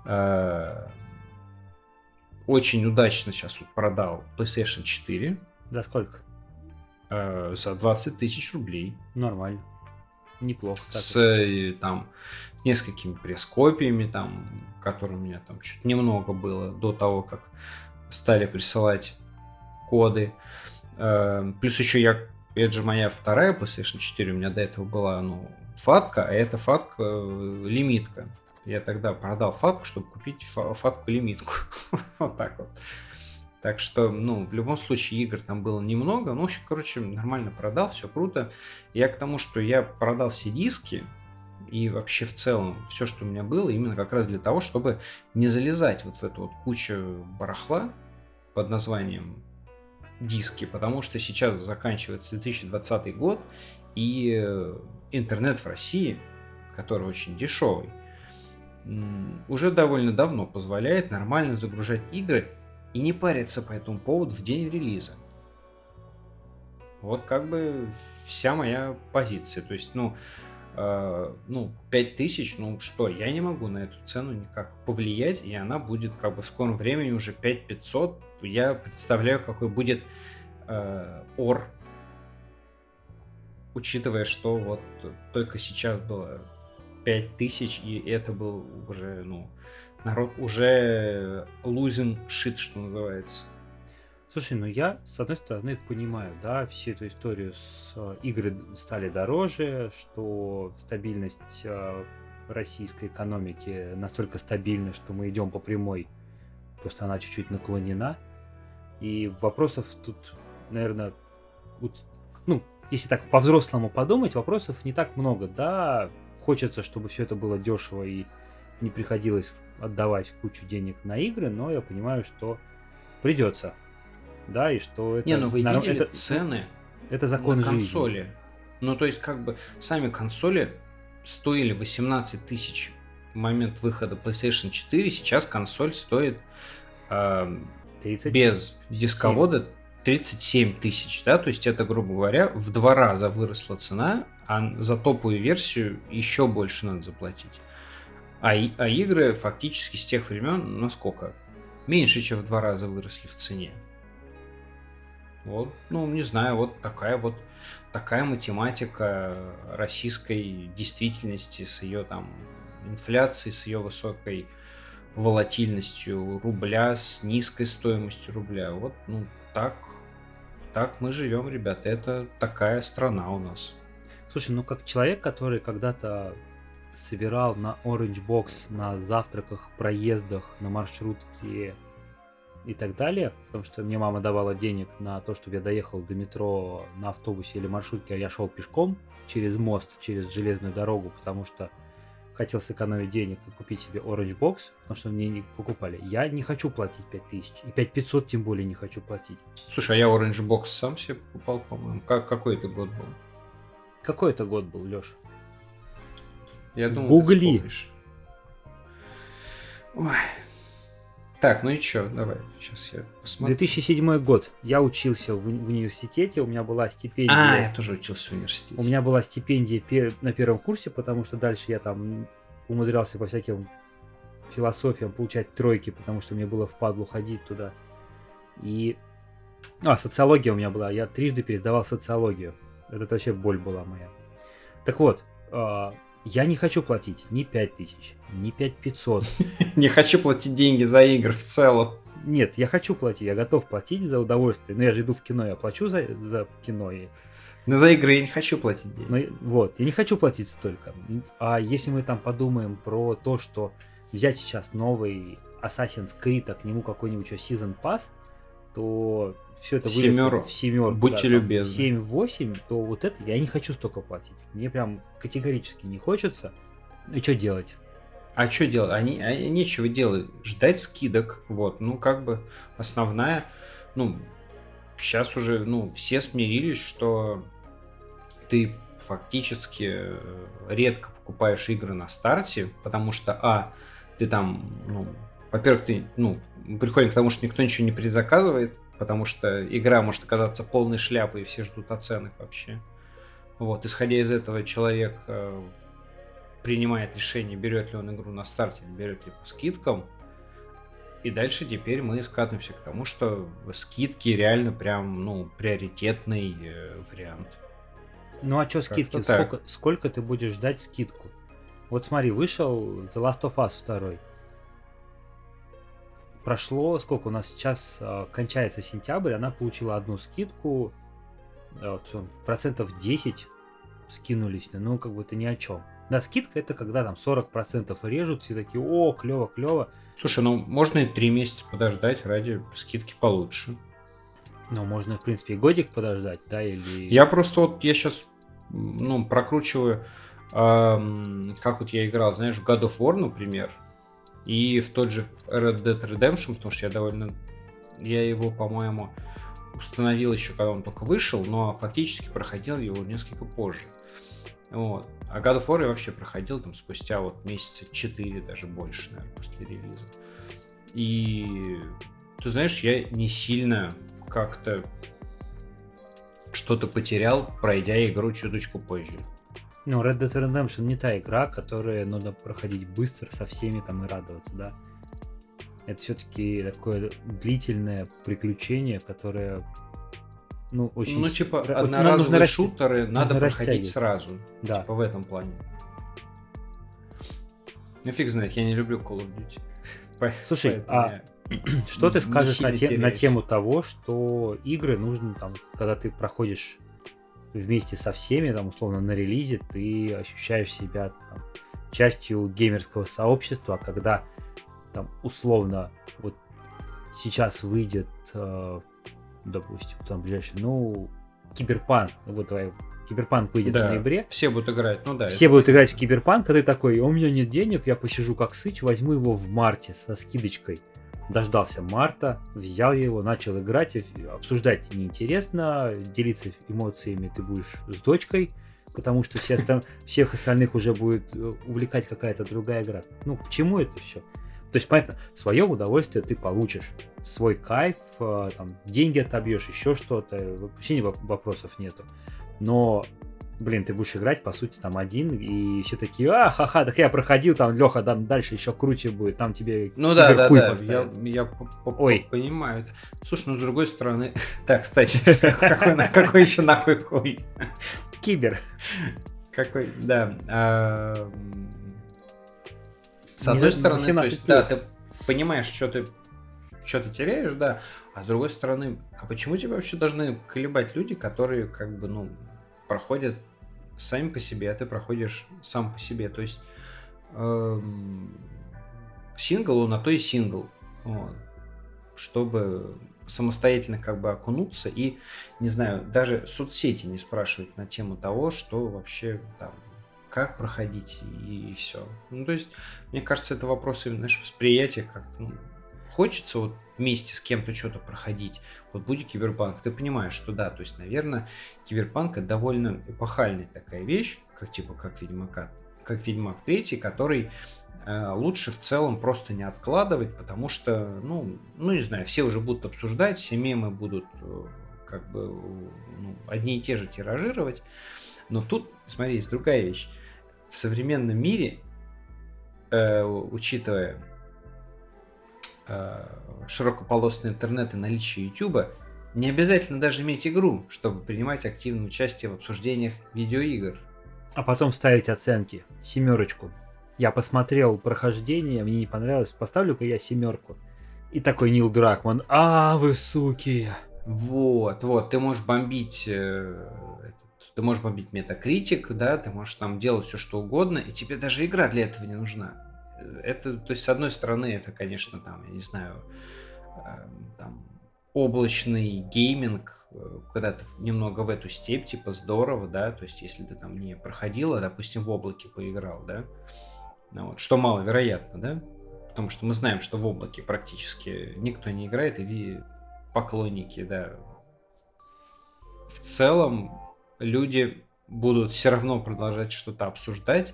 Speaker 2: очень удачно сейчас вот продал PlayStation 4
Speaker 1: За сколько?
Speaker 2: за 20 тысяч рублей.
Speaker 1: Нормально. Неплохо. Так
Speaker 2: С
Speaker 1: вот.
Speaker 2: там несколькими пресс-копиями, там, которые у меня там чуть немного было до того, как стали присылать коды. Плюс еще это же моя вторая PlayStation 4, у меня до этого была, ну, фатка, а это фатка лимитка. Я тогда продал фатку, чтобы купить фатку лимитку. Вот так вот. Так что, ну, в любом случае игр там было немного. Ну, в общем, короче, нормально продал, все круто. Я к тому, что я продал все диски и вообще в целом все, что у меня было, именно как раз для того, чтобы не залезать вот в эту вот кучу барахла под названием диски, потому что сейчас заканчивается 2020 год, и интернет в России, который очень дешевый, уже довольно давно позволяет нормально загружать игры и не париться по этому поводу в день релиза. Вот как бы вся моя позиция. То есть, ну, 5000, ну что, я не могу на эту цену никак повлиять, и она будет как бы в скором времени уже 5500. Я представляю, какой будет ор, учитывая, что вот только сейчас было 5000, и это был уже, ну, народ уже losing shit, что называется.
Speaker 1: Слушай, ну я, с одной стороны, понимаю, да, всю эту историю с игры стали дороже, что стабильность российской экономики настолько стабильна, что мы идем по прямой, просто она чуть-чуть наклонена. И вопросов тут, наверное, ну, если так по-взрослому подумать, вопросов не так много. Да, хочется, чтобы все это было дешево и не приходилось отдавать кучу денег на игры, но я понимаю, что придется. Да, и что
Speaker 2: Не, ну
Speaker 1: это,
Speaker 2: вы видели
Speaker 1: это,
Speaker 2: цены
Speaker 1: это
Speaker 2: на
Speaker 1: закон жизни.
Speaker 2: консоли? Ну, то есть, как бы, сами консоли стоили 18 тысяч в момент выхода PlayStation 4, сейчас консоль стоит
Speaker 1: 30.
Speaker 2: без дисковода 37 тысяч, да, то есть это, грубо говоря, в 2 раза выросла цена, а за топовую версию еще больше надо заплатить. А игры фактически с тех времен, ну сколько? Меньше, чем в 2 раза выросли в цене. Вот, ну, не знаю, вот такая математика российской действительности с ее там инфляцией, с ее высокой волатильностью рубля, с низкой стоимостью рубля. Вот, ну, так мы живем, ребята. Это такая страна у нас.
Speaker 1: Слушай, ну как человек, который когда-то собирал на Orange Box на завтраках, проездах, на маршрутке и так далее, потому что мне мама давала денег на то, чтобы я доехал до метро на автобусе или маршрутке, а я шел пешком через мост, через железную дорогу, потому что хотел сэкономить денег и купить себе Orange Box, потому что мне не покупали. Я не хочу платить 5000, и 5500 тем более не хочу платить.
Speaker 2: Слушай, а я Orange Box сам себе покупал, по-моему. Какой это год был?
Speaker 1: Какой это год был, Лёш?
Speaker 2: Я думаю,
Speaker 1: Гугли.
Speaker 2: ты вспомнишь. Ой. Так, ну и чё, давай, сейчас я посмотрю.
Speaker 1: 2007 год. Я учился в университете, у меня была стипендия.
Speaker 2: А, я тоже учился в университете.
Speaker 1: У меня была стипендия на первом курсе, потому что дальше я там умудрялся по всяким философиям получать тройки, потому что мне было впадлу ходить туда. И... социология у меня была. Я трижды пересдавал социологию. Это вообще боль была моя. Так вот, я не хочу платить ни 5000, ни 5500.
Speaker 2: Не хочу платить деньги за игры в целом.
Speaker 1: Нет, я хочу платить, я готов платить за удовольствие. Но я же иду в кино, я плачу за кино.
Speaker 2: Но за игры я не хочу платить деньги.
Speaker 1: Вот, я не хочу платить столько. А если мы там подумаем про то, что взять сейчас новый Assassin's Creed, а к нему какой-нибудь Season Pass, то все это выльется в семерку.
Speaker 2: Будьте любезны.
Speaker 1: 7-8, то вот это я не хочу столько платить. Мне прям категорически не хочется. И что делать?
Speaker 2: А что делать? Они нечего делать. Ждать скидок. Вот, ну как бы основная, ну сейчас уже, ну все смирились, что ты фактически редко покупаешь игры на старте, потому что ты там, ну, во-первых, приходим к тому, что никто ничего не предзаказывает, потому что игра может оказаться полной шляпой, и все ждут оценок вообще. Вот, исходя из этого, человек принимает решение, берет ли он игру на старте или берет ли по скидкам. И дальше теперь мы скатываемся к тому, что скидки реально прям, ну, приоритетный вариант.
Speaker 1: Ну а что скидки? Сколько ты будешь ждать скидку? Вот смотри, вышел The Last of Us 2. Прошло, сколько у нас сейчас кончается сентябрь, она получила одну скидку, процентов 10 скинулись, ну как бы это ни о чем. Да, скидка это когда там 40% режут, все такие, о, клево.
Speaker 2: Слушай, ну можно и 3 месяца подождать ради скидки получше.
Speaker 1: Ну, можно, в принципе, и годик подождать, да, или...
Speaker 2: Я сейчас, ну, прокручиваю, как вот я играл, знаешь, в God of War, например, и в тот же Red Dead Redemption, потому что я его, по-моему, установил еще, когда он только вышел, но фактически проходил его несколько позже. Вот. А God of War я вообще проходил там спустя вот месяца 4, даже больше, наверное, после релиза. И ты знаешь, я не сильно как-то что-то потерял, пройдя игру чуточку позже.
Speaker 1: Ну, Red Dead Redemption не та игра, которую надо проходить быстро со всеми там и радоваться, да. Это все-таки такое длительное приключение, которое, ну, очень...
Speaker 2: Ну, типа, одноразовые шутеры надо проходить сразу.
Speaker 1: Да.
Speaker 2: Типа в этом плане. Ну, фиг знает, я не люблю Call of Duty.
Speaker 1: Слушай, Что ты
Speaker 2: не
Speaker 1: скажешь на
Speaker 2: сильно теряешь.
Speaker 1: тему того, что игры нужно там, когда ты проходишь вместе со всеми, там, условно, на релизе, ты ощущаешь себя там, частью геймерского сообщества, когда там, условно, вот сейчас выйдет, допустим, там ближайший, ну, Киберпанк, вот давай, Киберпанк выйдет в
Speaker 2: Да,
Speaker 1: ноябре,
Speaker 2: все будут играть, ну да,
Speaker 1: все
Speaker 2: это
Speaker 1: будут играть в
Speaker 2: понятно.
Speaker 1: Киберпанк, а ты такой, у меня нет денег, я посижу как сыч, возьму его в марте со скидочкой. Дождался марта, взял его, начал играть, обсуждать неинтересно, делиться эмоциями ты будешь с дочкой, потому что всех остальных уже будет увлекать какая-то другая игра. Ну, к чему это все? То есть, понятно, свое удовольствие ты получишь, свой кайф, там, деньги отобьешь, еще что-то, вообще вопросов нету. Но блин, ты будешь играть, по сути, там один, и все такие, ха-ха, так я проходил, там, Леха, там дальше еще круче будет, там тебе
Speaker 2: Ну да, да,
Speaker 1: киберхуй
Speaker 2: да, я,
Speaker 1: поставят.
Speaker 2: я
Speaker 1: Ой,
Speaker 2: понимаю это. Слушай, ну с другой стороны, так, кстати, какой еще нахуй хуй?
Speaker 1: кибер.
Speaker 2: Какой, да. С
Speaker 1: Не
Speaker 2: одной
Speaker 1: за
Speaker 2: стороны, то
Speaker 1: 18+.
Speaker 2: есть, да, ты понимаешь, что ты теряешь, да, а с другой стороны, а почему тебя вообще должны колебать люди, которые как бы, ну, проходят сами по себе, а ты проходишь сам по себе, то есть эм, сингл, он на то и сингл, вот, чтобы самостоятельно как бы окунуться и, не знаю, даже соцсети не спрашивать на тему того, что вообще там, как проходить и все. Ну, то есть, мне кажется, это вопрос именно, знаешь, восприятия, как, ну, хочется вот вместе с кем-то что-то проходить. Вот будет Киберпанк, ты понимаешь, что да, то есть, наверное, Киберпанк это довольно эпохальная такая вещь, как типа как Ведьмак 3, который лучше в целом просто не откладывать, потому что, ну не знаю, все уже будут обсуждать, все мемы будут как бы ну, одни и те же тиражировать. Но тут, смотри, есть другая вещь. В современном мире, учитывая широкополосный интернет и наличие YouTube, не обязательно даже иметь игру, чтобы принимать активное участие в обсуждениях видеоигр.
Speaker 1: А потом ставить оценки. 7. Я посмотрел прохождение, мне не понравилось, поставлю-ка я 7. И такой Нил Дракман, вы суки.
Speaker 2: Вот, ты можешь бомбить, ты можешь бомбить Metacritic, да, ты можешь там делать все что угодно, и тебе даже игра для этого не нужна. Это, то есть, с одной стороны, это, конечно, там, я не знаю, там, облачный гейминг, когда ты немного в эту степь, типа, здорово, да, то есть, если ты там не проходил, а, допустим, в облаке поиграл, да, ну, вот, что маловероятно, да, потому что мы знаем, что в облаке практически никто не играет, и поклонники, да. В целом люди будут все равно продолжать что-то обсуждать,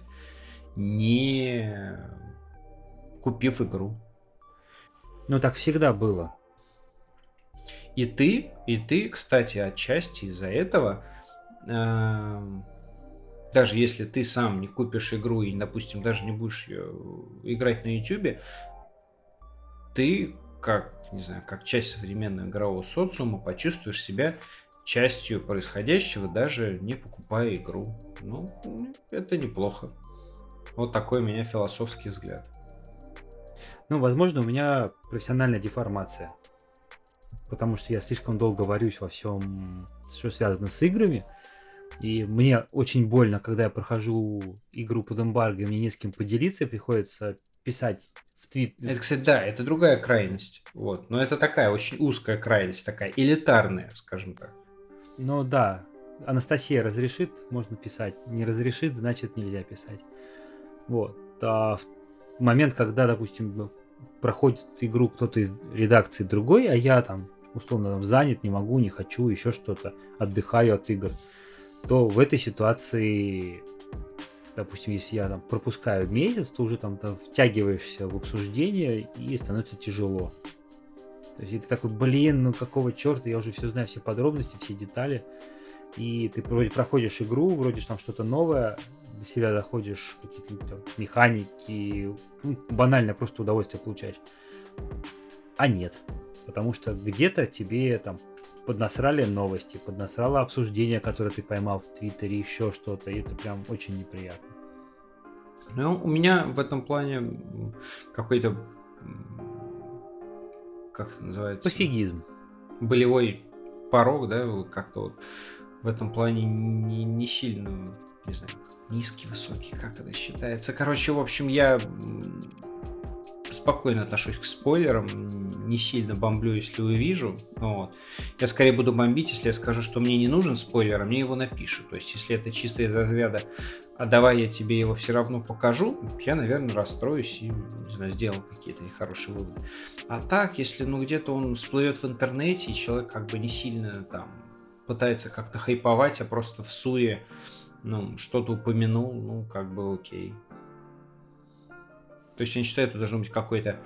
Speaker 2: не купив игру.
Speaker 1: Ну так всегда было.
Speaker 2: И ты, кстати, отчасти из-за этого, даже если ты сам не купишь игру и, допустим, даже не будешь играть на YouTube, ты, как, не знаю, как часть современного игрового социума, почувствуешь себя частью происходящего, даже не покупая игру. Ну, это неплохо. Вот такой у меня философский взгляд.
Speaker 1: Ну, возможно, у меня профессиональная деформация. Потому что я слишком долго варюсь во всем, что связано с играми. И мне очень больно, когда я прохожу игру под эмбарго, мне не с кем поделиться, приходится писать в Твиттер.
Speaker 2: Это, кстати, да, это другая крайность. Вот. Но это такая очень узкая крайность, такая элитарная, скажем так.
Speaker 1: Ну да, Анастасия разрешит, можно писать. Не разрешит, значит нельзя писать. Вот. А в момент, когда, допустим, проходит игру кто-то из редакции другой, а я там условно там занят, не могу, не хочу, еще что-то, отдыхаю от игр, то в этой ситуации, допустим, если я там пропускаю месяц, то уже там втягиваешься в обсуждение и становится тяжело. То есть ты такой, блин, ну какого черта, я уже все знаю, все подробности, все детали. И ты вроде проходишь игру, вроде там что-то новое, для себя заходишь, какие-то механики, ну, банально просто удовольствие получаешь. А нет. Потому что где-то тебе там поднасрали новости, поднасрало обсуждение, которое ты поймал в Твиттере, еще что-то, и это прям очень неприятно.
Speaker 2: Ну, у меня в этом плане какой-то как это называется?
Speaker 1: Пофигизм.
Speaker 2: Болевой порог, да, вот как-то вот в этом плане не сильно, не знаю, низкий, высокий, как это считается. Короче, в общем, я спокойно отношусь к спойлерам, не сильно бомблю, если увижу. Вот. Я скорее буду бомбить, если я скажу, что мне не нужен спойлер, а мне его напишут. То есть, если это чисто из разряда «а давай я тебе его все равно покажу», я, наверное, расстроюсь и, не знаю, сделал какие-то нехорошие выводы. А так, если, где-то он всплывет в интернете, и человек как бы не сильно там пытается как-то хайповать, а просто в суе, что-то упомянул, как бы окей. То есть я считаю, это должно быть какой-то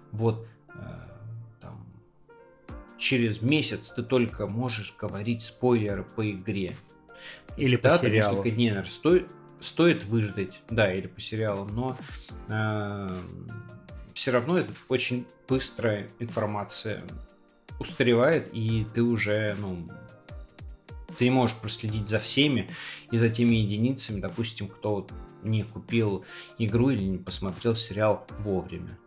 Speaker 2: там через месяц ты только можешь говорить спойлеры по игре.
Speaker 1: Или по сериалу.
Speaker 2: Несколько дней, наверное, стоит выждать, да, или по сериалу, но все равно это очень быстрая информация устаревает, и ты уже, ты не можешь проследить за всеми и за теми единицами, допустим, кто не купил игру или не посмотрел сериал вовремя.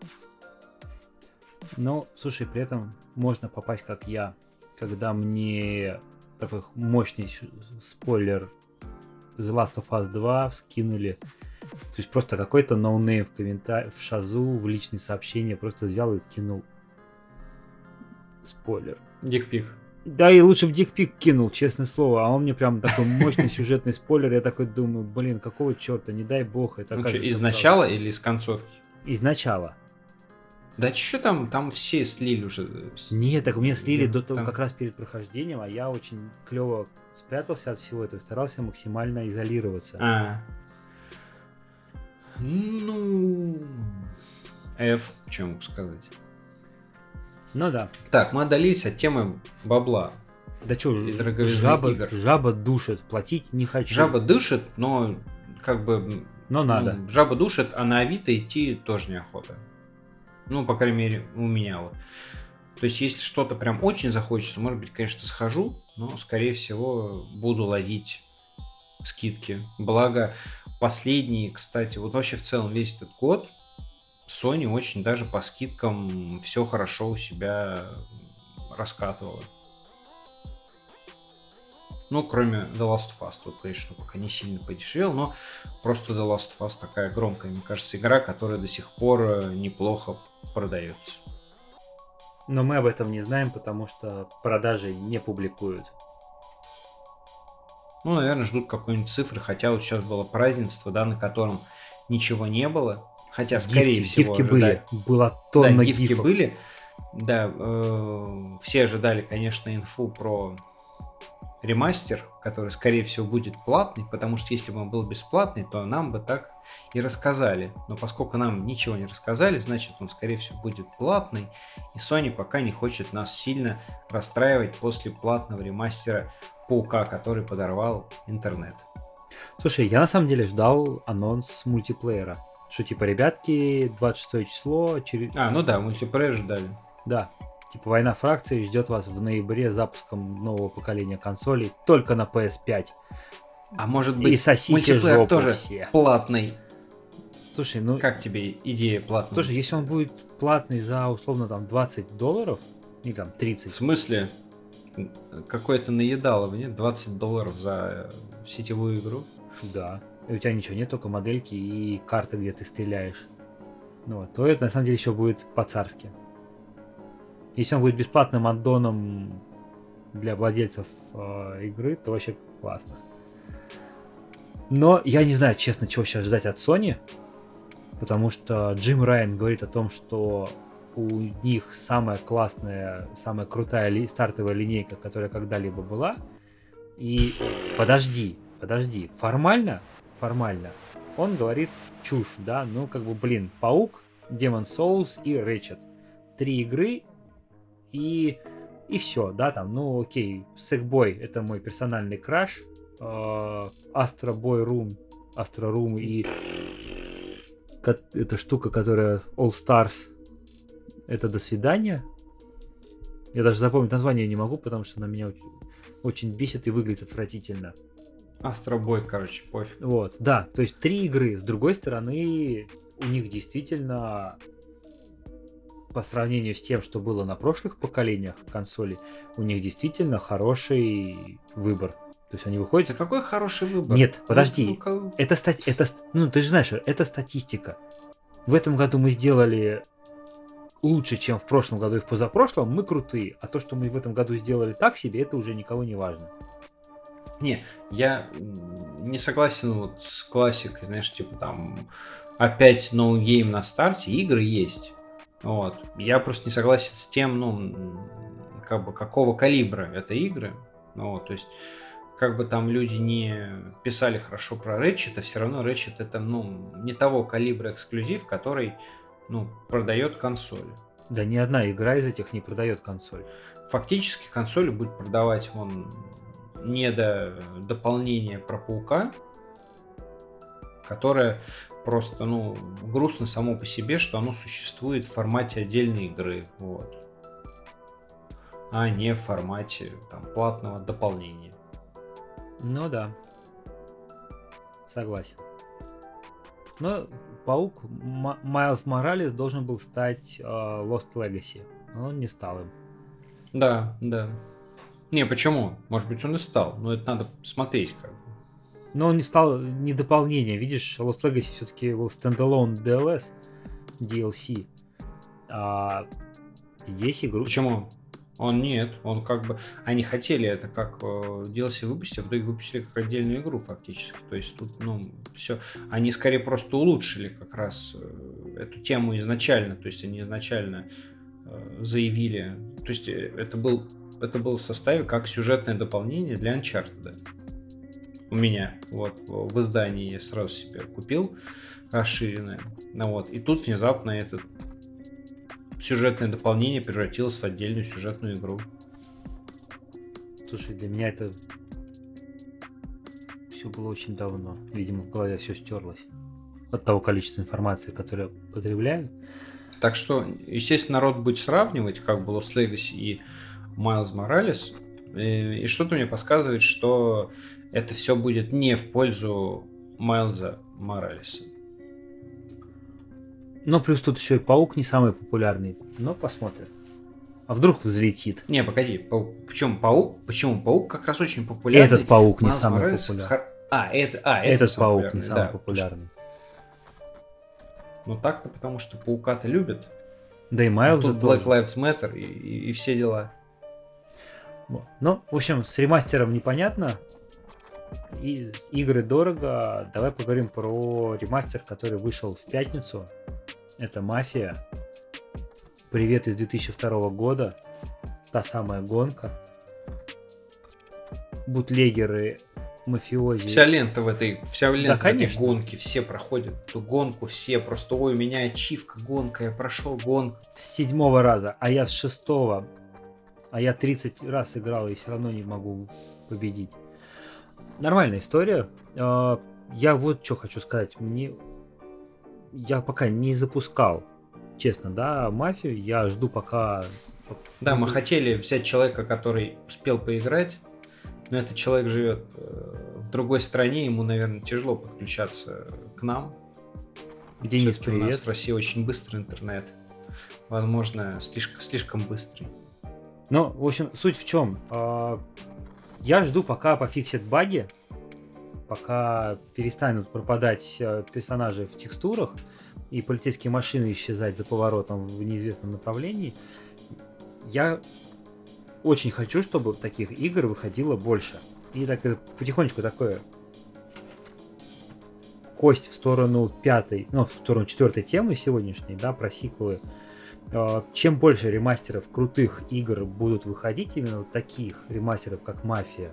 Speaker 1: Слушай, при этом можно попасть, как я, когда мне такой мощный спойлер The Last of Us 2 скинули. То есть просто какой-то ноунейм в шазу, в личные сообщения просто взял и кинул спойлер.
Speaker 2: Дикпик.
Speaker 1: Да, и лучше бы дикпик кинул, честное слово. А он мне прям такой мощный сюжетный спойлер. Я такой думаю, какого черта, не дай бог. Это
Speaker 2: из начала или из концовки?
Speaker 1: Из начала.
Speaker 2: Да что там все слили уже?
Speaker 1: Нет, так мне слили до того, как раз перед прохождением, а я очень клево спрятался от всего этого, старался максимально изолироваться.
Speaker 2: Что могу сказать?
Speaker 1: Да.
Speaker 2: Так, мы отдалились от темы бабла.
Speaker 1: Да что, жаба душит, платить не хочу.
Speaker 2: Жаба душит, но как бы...
Speaker 1: Но надо.
Speaker 2: Жаба душит, а на Авито идти тоже неохота. По крайней мере, у меня вот. То есть, если что-то прям очень захочется, может быть, конечно, схожу, но, скорее всего, буду ловить скидки. Благо, последние, кстати, вот вообще в целом весь этот год Sony очень даже по скидкам все хорошо у себя раскатывала. Кроме The Last of Us, тут, конечно, пока не сильно подешевел, но просто The Last of Us такая громкая, мне кажется, игра, которая до сих пор неплохо продается.
Speaker 1: Но мы об этом не знаем, потому что продажи не публикуют.
Speaker 2: Наверное, ждут какой-нибудь цифры, хотя вот сейчас было празднество, да, на котором ничего не было. Хотя, скорее всего,
Speaker 1: гифки были. Была тонна
Speaker 2: гифки
Speaker 1: гифок.
Speaker 2: были. Да, все ожидали, конечно, инфу про ремастер, который, скорее всего, будет платный, потому что если бы он был бесплатный, то нам бы так и рассказали. Но поскольку нам ничего не рассказали, значит, он, скорее всего, будет платный, и Sony пока не хочет нас сильно расстраивать после платного ремастера Паука, который подорвал интернет.
Speaker 1: Слушай, я на самом деле ждал анонс мультиплеера. Что типа, ребятки, 26 число...
Speaker 2: мультиплеер ждали.
Speaker 1: Да. Типа, война фракций ждет вас в ноябре с запуском нового поколения консолей только на PS5.
Speaker 2: А может быть,
Speaker 1: и сосите
Speaker 2: мультиплеер
Speaker 1: жопу
Speaker 2: тоже
Speaker 1: все.
Speaker 2: Платный?
Speaker 1: Слушай,
Speaker 2: Как тебе идея платная?
Speaker 1: Слушай, если он будет платный за, условно, там, $20, или там 30.
Speaker 2: В смысле? Какое-то наедалово, нет? $20 за сетевую игру?
Speaker 1: Да. И у тебя ничего нет, только модельки и карты, где ты стреляешь. То это на самом деле еще будет по-царски. Если он будет бесплатным аддоном для владельцев игры, то вообще классно. Но я не знаю, честно, чего сейчас ждать от Sony, потому что Джим Райан говорит о том, что у них самая классная, самая крутая стартовая линейка, которая когда-либо была. И подожди, формально он говорит чушь, да, Паук, Demon's Souls и Ratchet. 3 игры и все, да, там, окей, Sackboy — это мой персональный краш, Astro Room и эта штука, которая All Stars, это до свидания. Я даже запомнить название не могу, потому что она меня очень бесит и выглядит отвратительно.
Speaker 2: Astro Boy, короче, пофиг.
Speaker 1: Вот, да, то есть 3 игры. С другой стороны, у них действительно по сравнению с тем, что было на прошлых поколениях консолей, у них действительно хороший выбор. То есть они
Speaker 2: Да
Speaker 1: выходят...
Speaker 2: какой хороший выбор?
Speaker 1: Нет,
Speaker 2: Ну,
Speaker 1: подожди.
Speaker 2: ну,
Speaker 1: Ну, ты же знаешь, это статистика. В этом году мы сделали лучше, чем в прошлом году и в позапрошлом, мы крутые. А то, что мы в этом году сделали так себе, это уже никого не важно.
Speaker 2: Не, я не согласен вот с классикой, знаешь, типа там опять no game на старте, игры есть. Вот. Я просто не согласен с тем, ну, как бы какого калибра это игры. Ну, вот, то есть, как бы там люди не писали хорошо про Ratchet, а все равно Ratchet это, ну, не того калибра эксклюзив, который, ну, продает консоль.
Speaker 1: Да ни одна игра из этих не продает консоль.
Speaker 2: Фактически консоль будет продавать вон не до дополнения про Паука, которое просто, ну, грустно само по себе, что оно существует в формате отдельной игры, вот, а не в формате там платного дополнения.
Speaker 1: Ну да. Согласен. Но Паук Майлз Моралес должен был стать Lost Legacy, но он не стал им.
Speaker 2: Да, да. Не, почему? Может быть, он и стал, но это надо смотреть как бы.
Speaker 1: Но он не стал не дополнение. Видишь, Lost Legacy все-таки был стендалон DLS, DLC. А здесь игру...
Speaker 2: Почему? Он нет, он как бы... Они хотели это как DLC выпустить, а в итоге выпустили как отдельную игру фактически. То есть тут, ну, все... Они скорее просто улучшили как раз эту тему изначально. То есть они изначально заявили... То есть это был в составе как сюжетное дополнение для Uncharted. У меня. Вот в издании я сразу себе купил расширенное. Ну, вот. И тут внезапно это сюжетное дополнение превратилось в отдельную сюжетную игру.
Speaker 1: Слушай, для меня это все было очень давно. Видимо, в голове все стерлось от того количества информации, которую я потребляю.
Speaker 2: Так что, естественно, народ будет сравнивать как бы Lost Legacy и Miles Morales. И что-то мне подсказывает, что это все будет не в пользу Майлза Моралеса.
Speaker 1: Но плюс тут еще и Паук не самый популярный. Но посмотрим. А вдруг взлетит?
Speaker 2: Не, погоди. Почему Паук? Почему Паук как раз очень популярный?
Speaker 1: Этот Паук не
Speaker 2: Miles
Speaker 1: самый
Speaker 2: Morales
Speaker 1: популярный. Этот Паук не самый популярный.
Speaker 2: Ну так-то, потому что Паука-то любят.
Speaker 1: Да и Майлз
Speaker 2: тут Black Lives Matter и все дела.
Speaker 1: Ну, в общем, с ремастером непонятно. И игры дорого. Давай поговорим про ремастер, который вышел в пятницу. Это Мафия. Привет из 2002 года. Та самая гонка. Бутлегеры, мафиози.
Speaker 2: Вся лента в этой
Speaker 1: конечно.
Speaker 2: гонке. Все проходят эту гонку. Все просто, ой, у меня ачивка гонка. Я прошел гонку.
Speaker 1: С 7-го раза. А я с 6-го. А я 30 раз играл и все равно не могу победить. Нормальная история. Я вот что хочу сказать. Я пока не запускал, честно, да, Мафию. Я жду пока...
Speaker 2: Да, мы хотели взять человека, который успел поиграть, но этот человек живет в другой стране, ему, наверное, тяжело подключаться к нам.
Speaker 1: Денис, привет.
Speaker 2: У нас в России очень быстрый интернет. Возможно, слишком быстрый.
Speaker 1: Ну, в общем, суть в чем? Я жду, пока пофиксят баги, пока перестанут пропадать персонажи в текстурах и полицейские машины исчезать за поворотом в неизвестном направлении. Я очень хочу, чтобы таких игр выходило больше. И так потихонечку такое кость в сторону в сторону 4-й темы сегодняшней, да, про сиквелы. Чем больше ремастеров крутых игр будут выходить, именно вот таких ремастеров, как Мафия,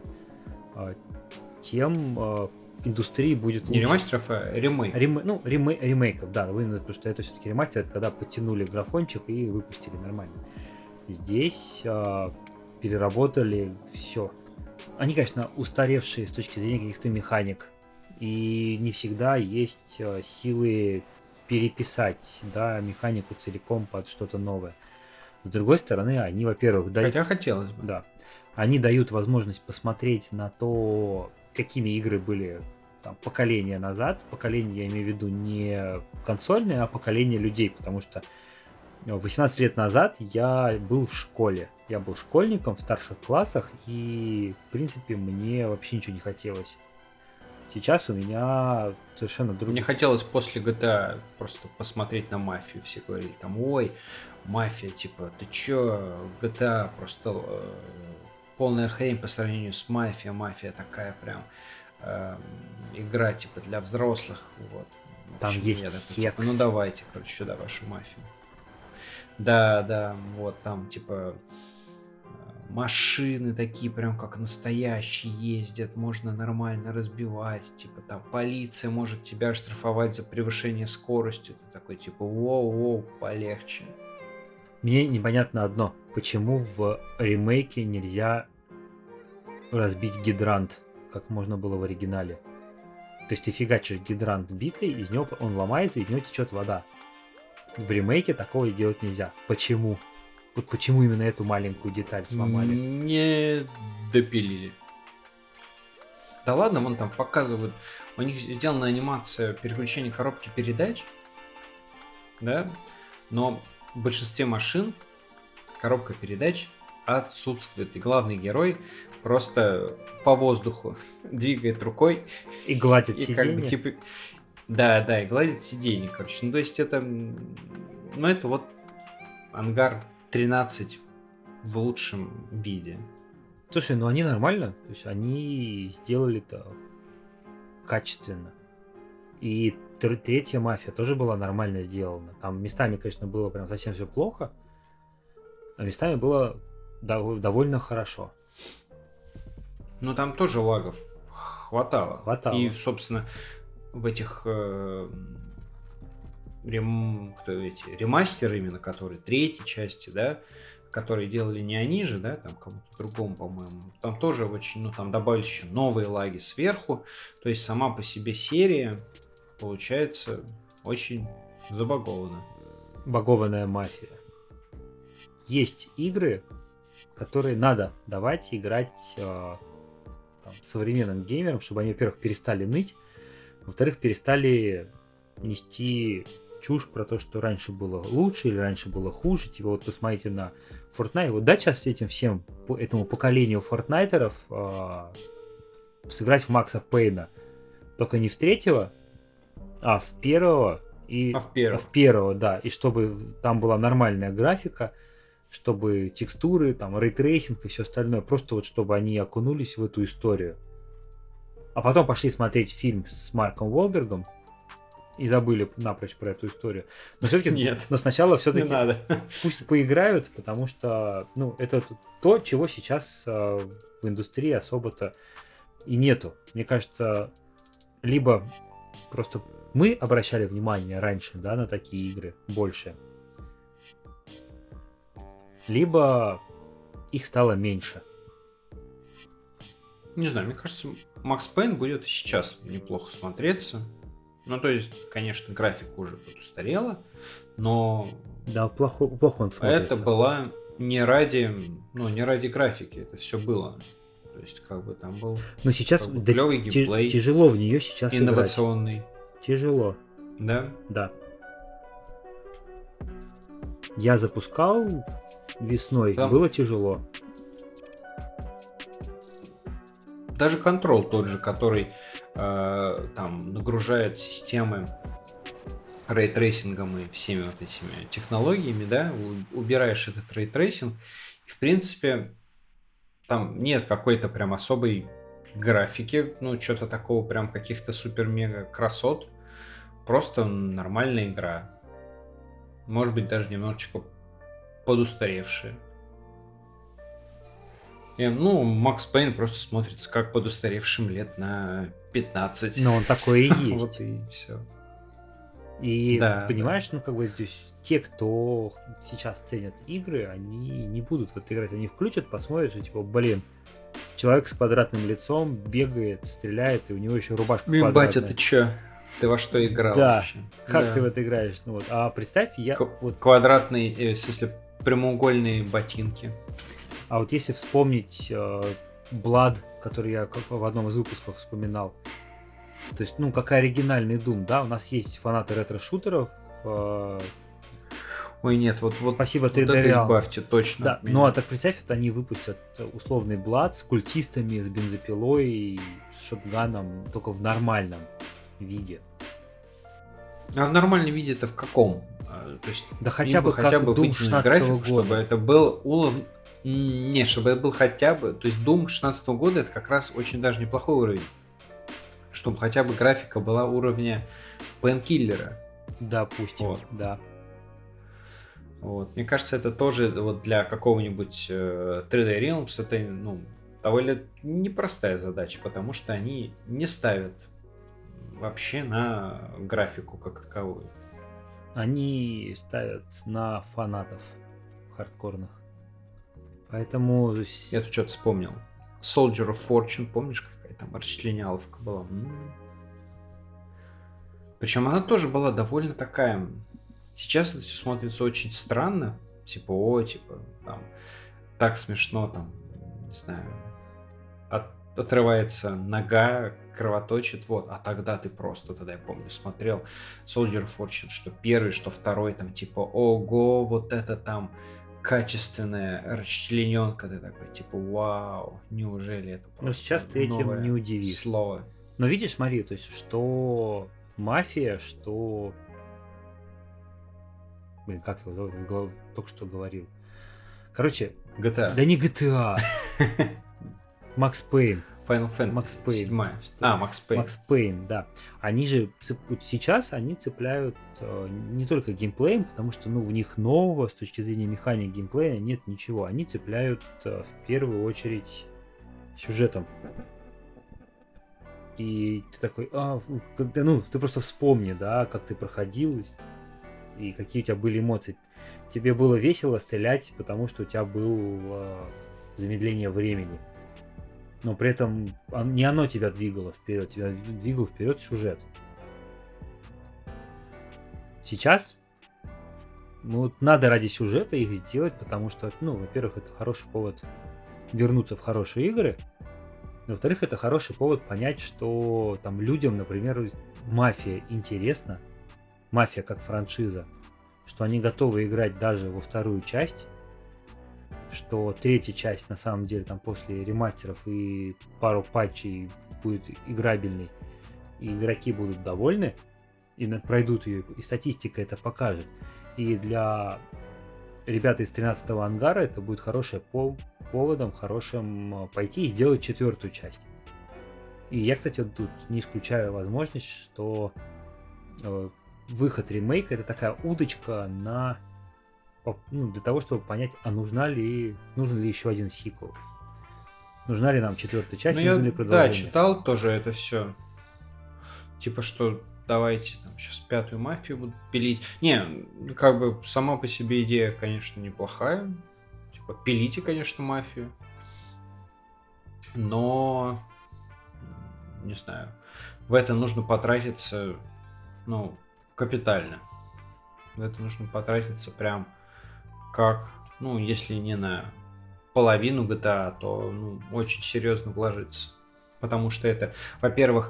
Speaker 1: тем индустрии будет лучше.
Speaker 2: Не ремастеров, а
Speaker 1: ремейков, да, потому что это все-таки ремастер, это когда подтянули графончик и выпустили нормально. Здесь переработали все. Они, конечно, устаревшие с точки зрения каких-то механик, и не всегда есть силы переписать, да, механику целиком под что-то новое. С другой стороны, они, во-первых, дают...
Speaker 2: Хотя хотелось бы.
Speaker 1: Да. Они дают возможность посмотреть на то, какими игры были там поколения назад. Поколение, я имею в виду, не консольное, а поколение людей, потому что 18 лет назад я был в школе. Я был школьником в старших классах, и, в принципе, мне вообще ничего не хотелось. Сейчас у меня совершенно
Speaker 2: Мне
Speaker 1: другие...
Speaker 2: хотелось после GTA просто посмотреть на мафию. Все говорили там, ой, мафия, типа, ты чё, GTA просто полная хрень по сравнению с мафией. Мафия такая прям э, игра, типа, для взрослых. Вот. В
Speaker 1: Там
Speaker 2: общем,
Speaker 1: есть
Speaker 2: я такой, типа, ну
Speaker 1: секс.
Speaker 2: давайте, короче, сюда вашу мафию. Да, да, вот там, типа, машины такие прям как настоящие ездят, можно нормально разбивать, типа там полиция может тебя штрафовать за превышение скорости, ты такой типа воу-воу, полегче.
Speaker 1: Мне непонятно одно. Почему в ремейке нельзя разбить гидрант, как можно было в оригинале? То есть ты фигачишь гидрант битый, из него он ломается, из него течет вода. В ремейке такого делать нельзя. Почему? Вот почему именно эту маленькую деталь сломали?
Speaker 2: Не допилили. Да ладно, вон там показывают, у них сделана анимация переключения коробки передач, да, но в большинстве машин коробка передач отсутствует. И главный герой просто по воздуху двигает рукой
Speaker 1: И гладит
Speaker 2: и как бы
Speaker 1: сиденье.
Speaker 2: типа... Да, да, и гладит сиденье, короче. Ну, то есть это... Ну, это вот ангар 13 в лучшем виде.
Speaker 1: Слушай, ну они нормально. То есть они сделали это качественно. И третья мафия тоже была нормально сделана. Там местами, конечно, было прям совсем все плохо, а местами было довольно хорошо.
Speaker 2: Но там тоже лагов хватало.
Speaker 1: Хватало.
Speaker 2: И, собственно, в этих ремастеры именно, которые третьей части, да, которые делали не они же, да, там кому-то другому, по-моему, там тоже очень, ну, там добавили еще новые лаги сверху, то есть сама по себе серия получается очень забагована.
Speaker 1: Багованная мафия. Есть игры, которые надо давать играть там, современным геймерам, чтобы они, во-первых, перестали ныть, во-вторых, перестали нести чушь про то, что раньше было лучше или раньше было хуже. Типа вот посмотрите на Fortnite. Вот дать сейчас этим всем, этому поколению фортнайтеров сыграть в Макса Пейна. Только не в третьего, а в первого. В первого, да. И чтобы там была нормальная графика, чтобы текстуры, там, рейтрейсинг и все остальное. Просто вот чтобы они окунулись в эту историю. А потом пошли смотреть фильм с Марком Уолбергом и забыли напрочь про эту историю. Но все-таки,
Speaker 2: нет,
Speaker 1: но сначала все-таки
Speaker 2: не надо.
Speaker 1: Пусть поиграют, потому что, ну, это то, чего сейчас в индустрии особо-то и нету. Мне кажется, либо просто мы обращали внимание раньше, да, на такие игры больше, либо их стало меньше.
Speaker 2: Не знаю, мне кажется, Макс Пейн будет и сейчас неплохо смотреться. Ну, то есть, конечно, графика уже подустарела, но...
Speaker 1: Да, плохо он смотрится.
Speaker 2: Это была не ради графики, это все было. То есть, как бы там был...
Speaker 1: Но сейчас
Speaker 2: клевый геймплей.
Speaker 1: Тяжело в нее сейчас
Speaker 2: инновационный.
Speaker 1: играть. Тяжело.
Speaker 2: Да?
Speaker 1: Да. Я запускал весной,
Speaker 2: Там...
Speaker 1: было тяжело.
Speaker 2: Даже Control тот же, который там нагружает системы рейтрейсингом и всеми вот этими технологиями, да, убираешь этот рейтрейсинг, и в принципе там нет какой-то прям особой графики, ну что-то такого прям каких-то супер-мега красот, просто нормальная игра, может быть даже немножечко подустаревшая. Ну, Макс Пейн просто смотрится как подустаревшим лет на 15.
Speaker 1: Но он такой и есть.
Speaker 2: Вот и все.
Speaker 1: И
Speaker 2: да,
Speaker 1: понимаешь, ну как бы те, кто сейчас ценят игры, они не будут в это играть. Они включат, посмотрят, что типа, блин, человек с квадратным лицом бегает, стреляет, и у него еще рубашка квадратная.
Speaker 2: Батя, ты чё? Ты во что играл вообще?
Speaker 1: Как ты в это играешь? Ну, вот. А представь,
Speaker 2: Квадратные, в смысле, прямоугольные ботинки.
Speaker 1: А вот если вспомнить Blood, который я в одном из выпусков вспоминал, то есть, ну, как оригинальный Doom, да, у нас есть фанаты ретро-шутеров.
Speaker 2: У Ой, нет, вот
Speaker 1: Спасибо
Speaker 2: вот
Speaker 1: 3D
Speaker 2: это
Speaker 1: Realms.
Speaker 2: избавьте точно
Speaker 1: Да,
Speaker 2: от
Speaker 1: ну а
Speaker 2: меня.
Speaker 1: так представь, вот они выпустят условный Блад с культистами, с бензопилой и с шотганом, только в нормальном виде.
Speaker 2: А в нормальном виде это в каком? То есть
Speaker 1: Да хотя
Speaker 2: им бы
Speaker 1: бы
Speaker 2: хотя
Speaker 1: как
Speaker 2: бы
Speaker 1: Doom
Speaker 2: вытянуть
Speaker 1: 16
Speaker 2: графику, чтобы
Speaker 1: года.
Speaker 2: это был Не, чтобы это был хотя бы... То есть Doom 16 года это как раз очень даже неплохой уровень. Чтобы хотя бы графика была уровня Painkiller.
Speaker 1: Допустим,
Speaker 2: Вот.
Speaker 1: да.
Speaker 2: Вот. Мне кажется, это тоже вот для какого-нибудь 3D Realms это довольно непростая задача, потому что они не ставят вообще на графику как таковую.
Speaker 1: Они ставят на фанатов хардкорных. Поэтому...
Speaker 2: Я тут что-то вспомнил. Soldier of Fortune, помнишь, какая там расчленяловка была? Причем она тоже была довольно такая... Сейчас это все смотрится очень странно. Типа, там, так смешно, там, не знаю, отрывается нога, кровоточит, вот. А тогда ты просто, тогда я помню, смотрел Soldier of Fortune, что первый, что второй, там, типа, ого, вот это там качественная расчлененка, ты такой, типа, вау, неужели это просто
Speaker 1: Но сейчас ты этим
Speaker 2: новое
Speaker 1: не удивишь.
Speaker 2: слово?
Speaker 1: Но видишь, смотри, то есть, что мафия, что... Блин, как его только что говорил. Короче,
Speaker 2: GTA.
Speaker 1: да не GTA. Макс Пейн.
Speaker 2: Final Fantasy.
Speaker 1: Макс Пейн.
Speaker 2: 7. Макс Пейн.
Speaker 1: Макс Пейн, да. Они же сейчас они цепляют не только геймплеем, потому что в них нового с точки зрения механики геймплея нет ничего. Они цепляют в первую очередь сюжетом. И ты такой, ты просто вспомни, да, как ты проходил и какие у тебя были эмоции. Тебе было весело стрелять, потому что у тебя было замедление времени. Но при этом не оно тебя двигало вперед, тебя двигал вперед сюжет. Сейчас надо ради сюжета их сделать, потому что, во-первых, это хороший повод вернуться в хорошие игры. Во-вторых, это хороший повод понять, что там людям, например, мафия интересна, мафия как франшиза, что они готовы играть даже во вторую часть, что третья часть на самом деле там после ремастеров и пару патчей будет играбельной, и игроки будут довольны, и пройдут ее, и статистика это покажет. И для ребят из 13-го ангара это будет хорошим поводом, хорошим пойти и сделать четвертую часть. И я, кстати, тут не исключаю возможность, что выход ремейка это такая удочка для того, чтобы понять, а нужен ли еще один сиквел. Нужна ли нам четвертая часть, нужно ли продолжение.
Speaker 2: Да, читал тоже это все. Типа, что давайте там сейчас пятую мафию будут пилить. Не, как бы сама по себе идея, конечно, неплохая. Типа, пилите, конечно, мафию. Но, не знаю, в это нужно потратиться, капитально. В это нужно потратиться прям как, если не на половину GTA, то очень серьезно вложиться. Потому что это, во-первых,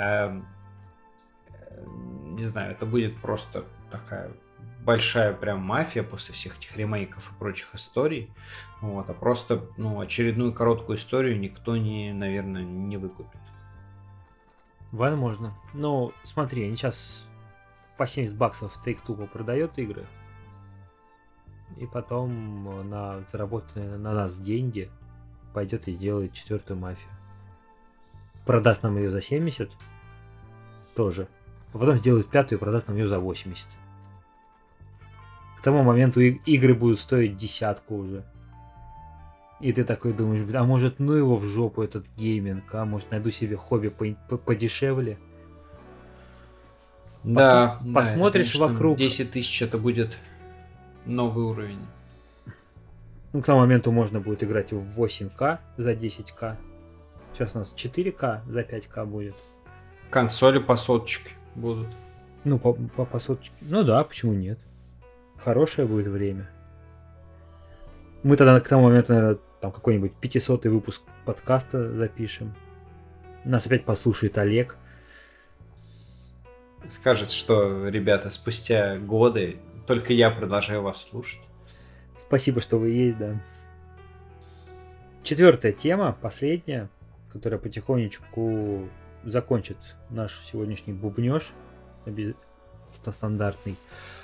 Speaker 2: не знаю, это будет просто такая большая прям мафия после всех этих ремейков и прочих историй. Вот, а просто, очередную короткую историю никто наверное, не выкупит.
Speaker 1: Возможно. Но смотри, они сейчас по 70 баксов Take-Two продает игры. И потом на заработанные на нас деньги пойдет и сделает четвертую мафию. Продаст нам ее за 70 тоже. А потом сделает пятую и продаст нам ее за 80. К тому моменту игры будут стоить десятку уже. И ты такой думаешь, а может его в жопу этот гейминг, а может найду себе хобби подешевле.
Speaker 2: Да,
Speaker 1: посмотришь
Speaker 2: это, конечно,
Speaker 1: вокруг.
Speaker 2: 10 тысяч это будет новый уровень.
Speaker 1: К тому моменту можно будет играть в 8К за 10К. Сейчас у нас 4К за 5К будет.
Speaker 2: Консоли по соточке будут.
Speaker 1: По соточке. Да, почему нет? Хорошее будет время. Мы тогда к тому моменту, наверное, там какой-нибудь 500-й выпуск подкаста запишем. Нас опять послушает Олег.
Speaker 2: Скажет, что, ребята, спустя годы Только я продолжаю вас слушать.
Speaker 1: Спасибо, что вы есть, да. Четвертая тема, последняя, которая потихонечку закончит наш сегодняшний бубнёж стандартный.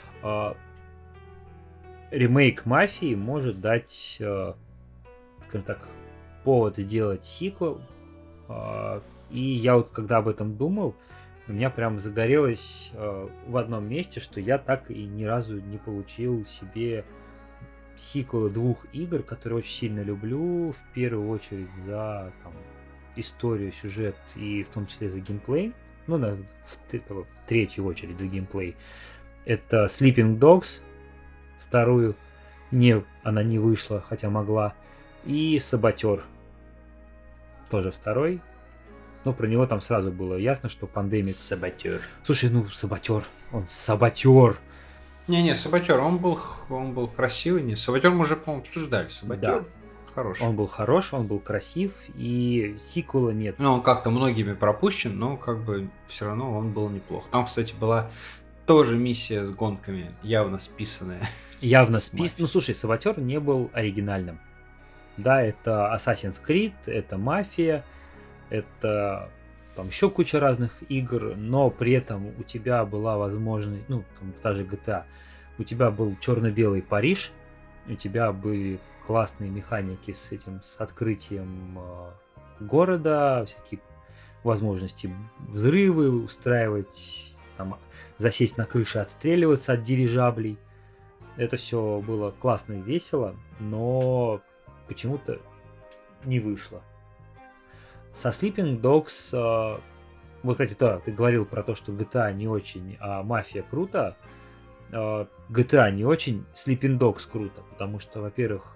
Speaker 1: Ремейк «Мафии» может дать, скажем так, повод сделать сиквел. И я вот когда об этом думал, у меня прям загорелось в одном месте, что я так и ни разу не получил себе сиквелы 2 игр, которые очень сильно люблю, в первую очередь за там, историю, сюжет и в том числе за геймплей. Ну, в третью очередь за геймплей. Это Sleeping Dogs, вторую она не вышла, хотя могла, и Саботер, тоже второй. Но про него там сразу было ясно, что пандемик.
Speaker 2: Саботер.
Speaker 1: Слушай, Саботер, он Саботер.
Speaker 2: Не, Саботер, он был красивый. Не, Саботер мы уже, по-моему, обсуждали. Саботер хороший.
Speaker 1: Он был хорош, он был красив, и сиквела нет.
Speaker 2: Ну, он как-то многими пропущен, но как бы все равно он был неплох. Там, кстати, была тоже миссия с гонками, явно списанная.
Speaker 1: Явно списанная. Слушай, Саботер не был оригинальным. Да, это Assassin's Creed, это Мафия, это там еще куча разных игр, но при этом у тебя была возможность, там та же GTA, у тебя был черно-белый Париж, у тебя были классные механики с открытием города, всякие возможности взрывы устраивать, там, засесть на крыше, отстреливаться от дирижаблей. Это все было классно и весело, но почему-то не вышло. Со Sleeping Dogs, вот, кстати, да, ты говорил про то, что GTA не очень, а Мафия круто. GTA не очень, Sleeping Dogs круто, потому что, во-первых,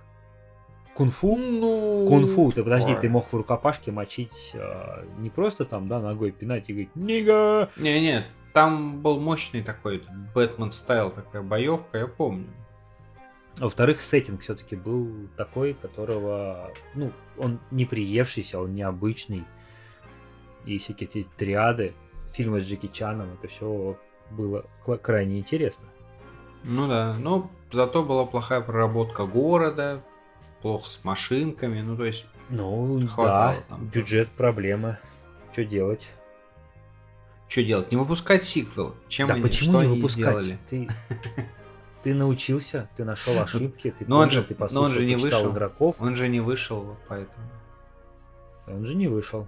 Speaker 1: кунг-фу, ты мог в рукопашке мочить не просто там, да, ногой пинать и говорить «Нига!».
Speaker 2: Не, там был мощный такой Бэтмен стайл, такая боевка, я помню.
Speaker 1: Во-вторых, сеттинг все-таки был такой, которого, он не приевшийся, он необычный. И всякие эти триады, фильмы с Джеки Чаном, это все было крайне интересно.
Speaker 2: Ну да, но зато была плохая проработка города, плохо с машинками, то есть...
Speaker 1: да, там бюджет проблема. Что делать?
Speaker 2: Что делать? Не выпускать сиквел?
Speaker 1: Почему не выпускать? Ты научился, ты нашел ошибки, ты понял, ты послушал, ты читал игроков.
Speaker 2: Он же не вышел, поэтому...
Speaker 1: Он же не вышел.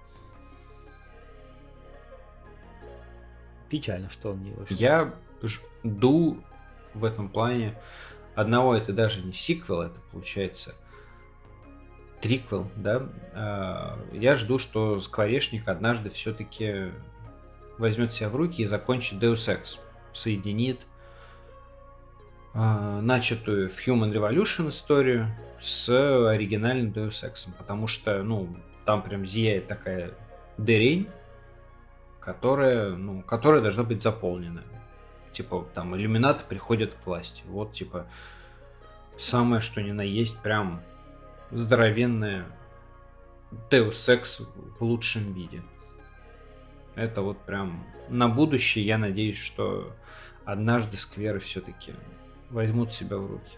Speaker 1: Печально, что он не вышел.
Speaker 2: Я жду в этом плане одного, это даже не сиквел, это получается триквел, да? Я жду, что Скворечник однажды все-таки возьмет себя в руки и закончит Deus Ex. Соединит начатую в Human Revolution историю с оригинальным Deus Ex, потому что, там прям зияет такая дырень, которая должна быть заполнена. Типа, там, иллюминаты приходят к власти. Вот, типа, самое что ни на есть, прям здоровенная Deus Ex в лучшем виде. Это вот прям на будущее, я надеюсь, что однажды скверы все-таки возьмут себя в руки.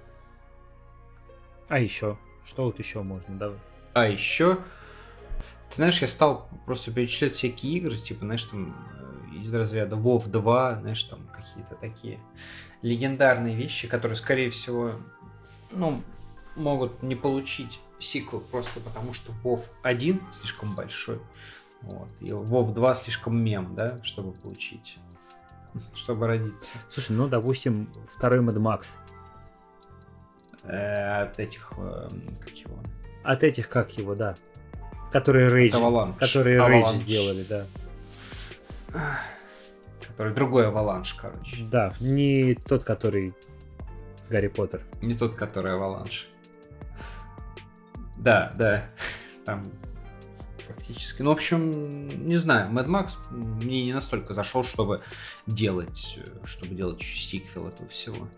Speaker 1: А еще? Что вот еще можно? Давай.
Speaker 2: А еще... Ты знаешь, я стал просто перечислять всякие игры, типа, знаешь, там, из разряда WoW 2, знаешь, там, какие-то такие легендарные вещи, которые, скорее всего, могут не получить сиквел просто потому, что WoW 1 слишком большой, вот, и WoW 2 слишком мем, да, чтобы получить, чтобы родиться.
Speaker 1: Слушай, допустим, второй Mad Max.
Speaker 2: От этих,
Speaker 1: как его, да. Которые Rage сделали, да.
Speaker 2: Который другой Avalanche, короче.
Speaker 1: Да, не тот, который Гарри Поттер.
Speaker 2: Не тот, который Avalanche. Да, там фактически. В общем, не знаю, Mad Max мне не настолько зашел, чтобы делать еще сиквел этого всего.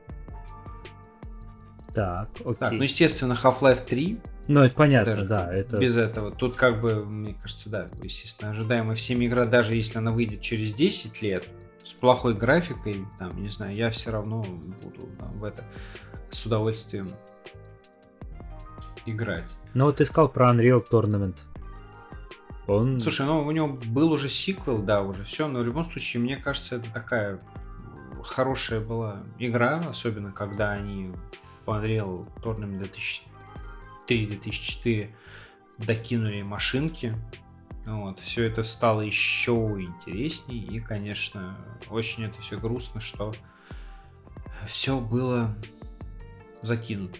Speaker 1: Так, окей.
Speaker 2: Естественно, Half-Life 3.
Speaker 1: Это понятно,
Speaker 2: даже
Speaker 1: да. Это...
Speaker 2: Без этого. Тут как бы, мне кажется, да, естественно, ожидаемая всеми игра, даже если она выйдет через 10 лет, с плохой графикой, там, не знаю, я все равно буду там, в это с удовольствием играть.
Speaker 1: Ну вот ты сказал про Unreal Tournament. Он...
Speaker 2: Слушай, ну у него был уже сиквел, да, уже все, но в любом случае, мне кажется, это такая хорошая была игра, особенно когда они в Unreal Tournament 2003-2004 докинули машинки. Вот, все это стало еще интересней, и, конечно, очень это все грустно, что все было закинуто.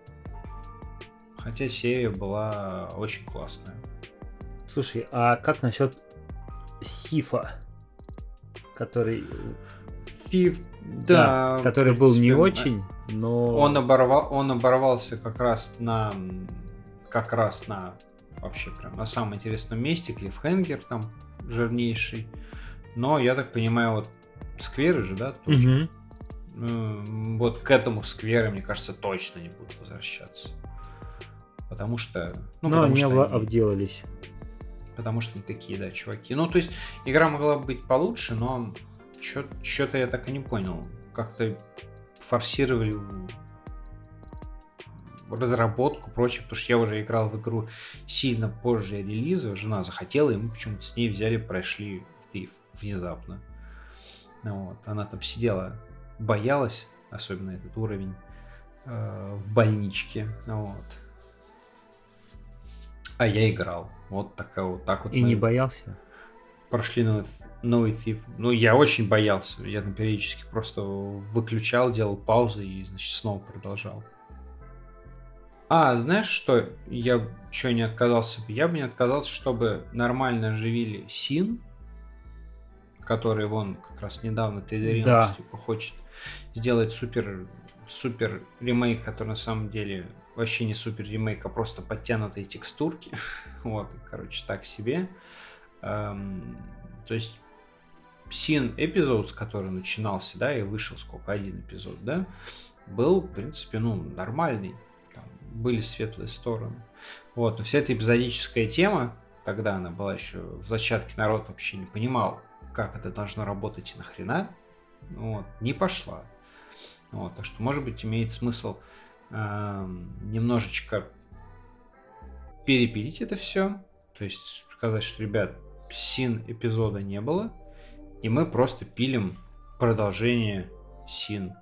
Speaker 2: Хотя серия была очень классная.
Speaker 1: Слушай, а как насчет Сифа, который...
Speaker 2: Thief, да,
Speaker 1: который
Speaker 2: в
Speaker 1: был не
Speaker 2: принципе,
Speaker 1: очень, но...
Speaker 2: Он оборвался как раз на вообще прям на самом интересном месте, клиффхенгер там жирнейший. Но я так понимаю, вот скверы же, да, тоже. Вот к этому скверы, мне кажется, точно не будут возвращаться. Потому что...
Speaker 1: они обделались.
Speaker 2: Потому что они такие, да, чуваки. Ну, то есть, игра могла быть получше, но что-то я так и не понял. Как-то форсировали разработку, прочее, потому что я уже играл в игру сильно позже релиза, жена захотела, и мы почему-то с ней взяли, прошли Thief внезапно. Вот. Она там сидела, боялась, особенно этот уровень, в больничке. Вот. А я играл. Вот так вот.
Speaker 1: И не боялся?
Speaker 2: Прошли новый Thief. Ну, я очень боялся. Я там периодически просто выключал, делал паузы и, значит, снова продолжал. А, знаешь что? Я не отказался бы? Я бы не отказался, чтобы нормально оживили Син, который вон как раз недавно 3D Realms типа хочет сделать супер ремейк, который на самом деле вообще не супер ремейк, а просто подтянутые текстурки. Вот, короче, так себе. То есть Sin Episodes, который начинался, да, и вышел один эпизод, да, был, в принципе, нормальный. Там были светлые стороны. Вот, но вся эта эпизодическая тема, тогда она была еще в зачатке, народ вообще не понимал, как это должно работать и нахрена. Вот, не пошла. Вот, так что, может быть, имеет смысл немножечко перепилить это все. То есть сказать, что, ребят, Син эпизода не было, и мы просто пилим продолжение Син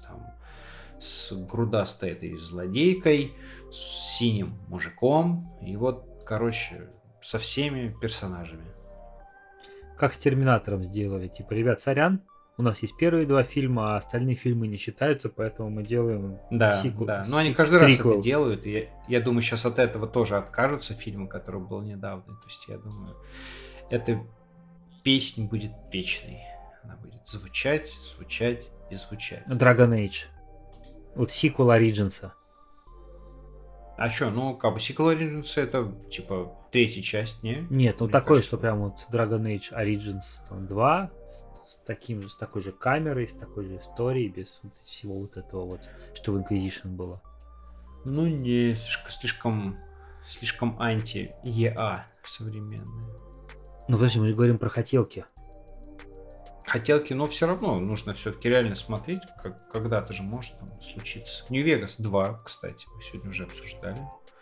Speaker 2: с грудастой этой злодейкой, с синим мужиком, и вот, короче, со всеми персонажами.
Speaker 1: Как с Терминатором сделали. Типа, ребят, сорян, у нас есть первые 2 фильма, а остальные фильмы не считаются, поэтому мы делаем
Speaker 2: сиквел. Да, но они каждый раз это делают, и я думаю, сейчас от этого тоже откажутся фильмы, который был недавно. То есть, я думаю, эта песня будет вечной. Она будет звучать и звучать.
Speaker 1: Dragon Age. Вот сиквел Origins.
Speaker 2: А что, как бы сиквел Origins это типа 3-я часть, не?
Speaker 1: Нет, такое, кажется, что прям вот Dragon Age Origins там 2 с такой же камерой, с такой же историей, без всего вот этого вот, что в Inquisition было.
Speaker 2: Не, слишком анти-ЕА современные.
Speaker 1: Подожди, мы же говорим про хотелки.
Speaker 2: Хотелки, но все равно нужно все-таки реально смотреть, когда-то же может там случиться. New Vegas 2, кстати, мы сегодня уже обсуждали.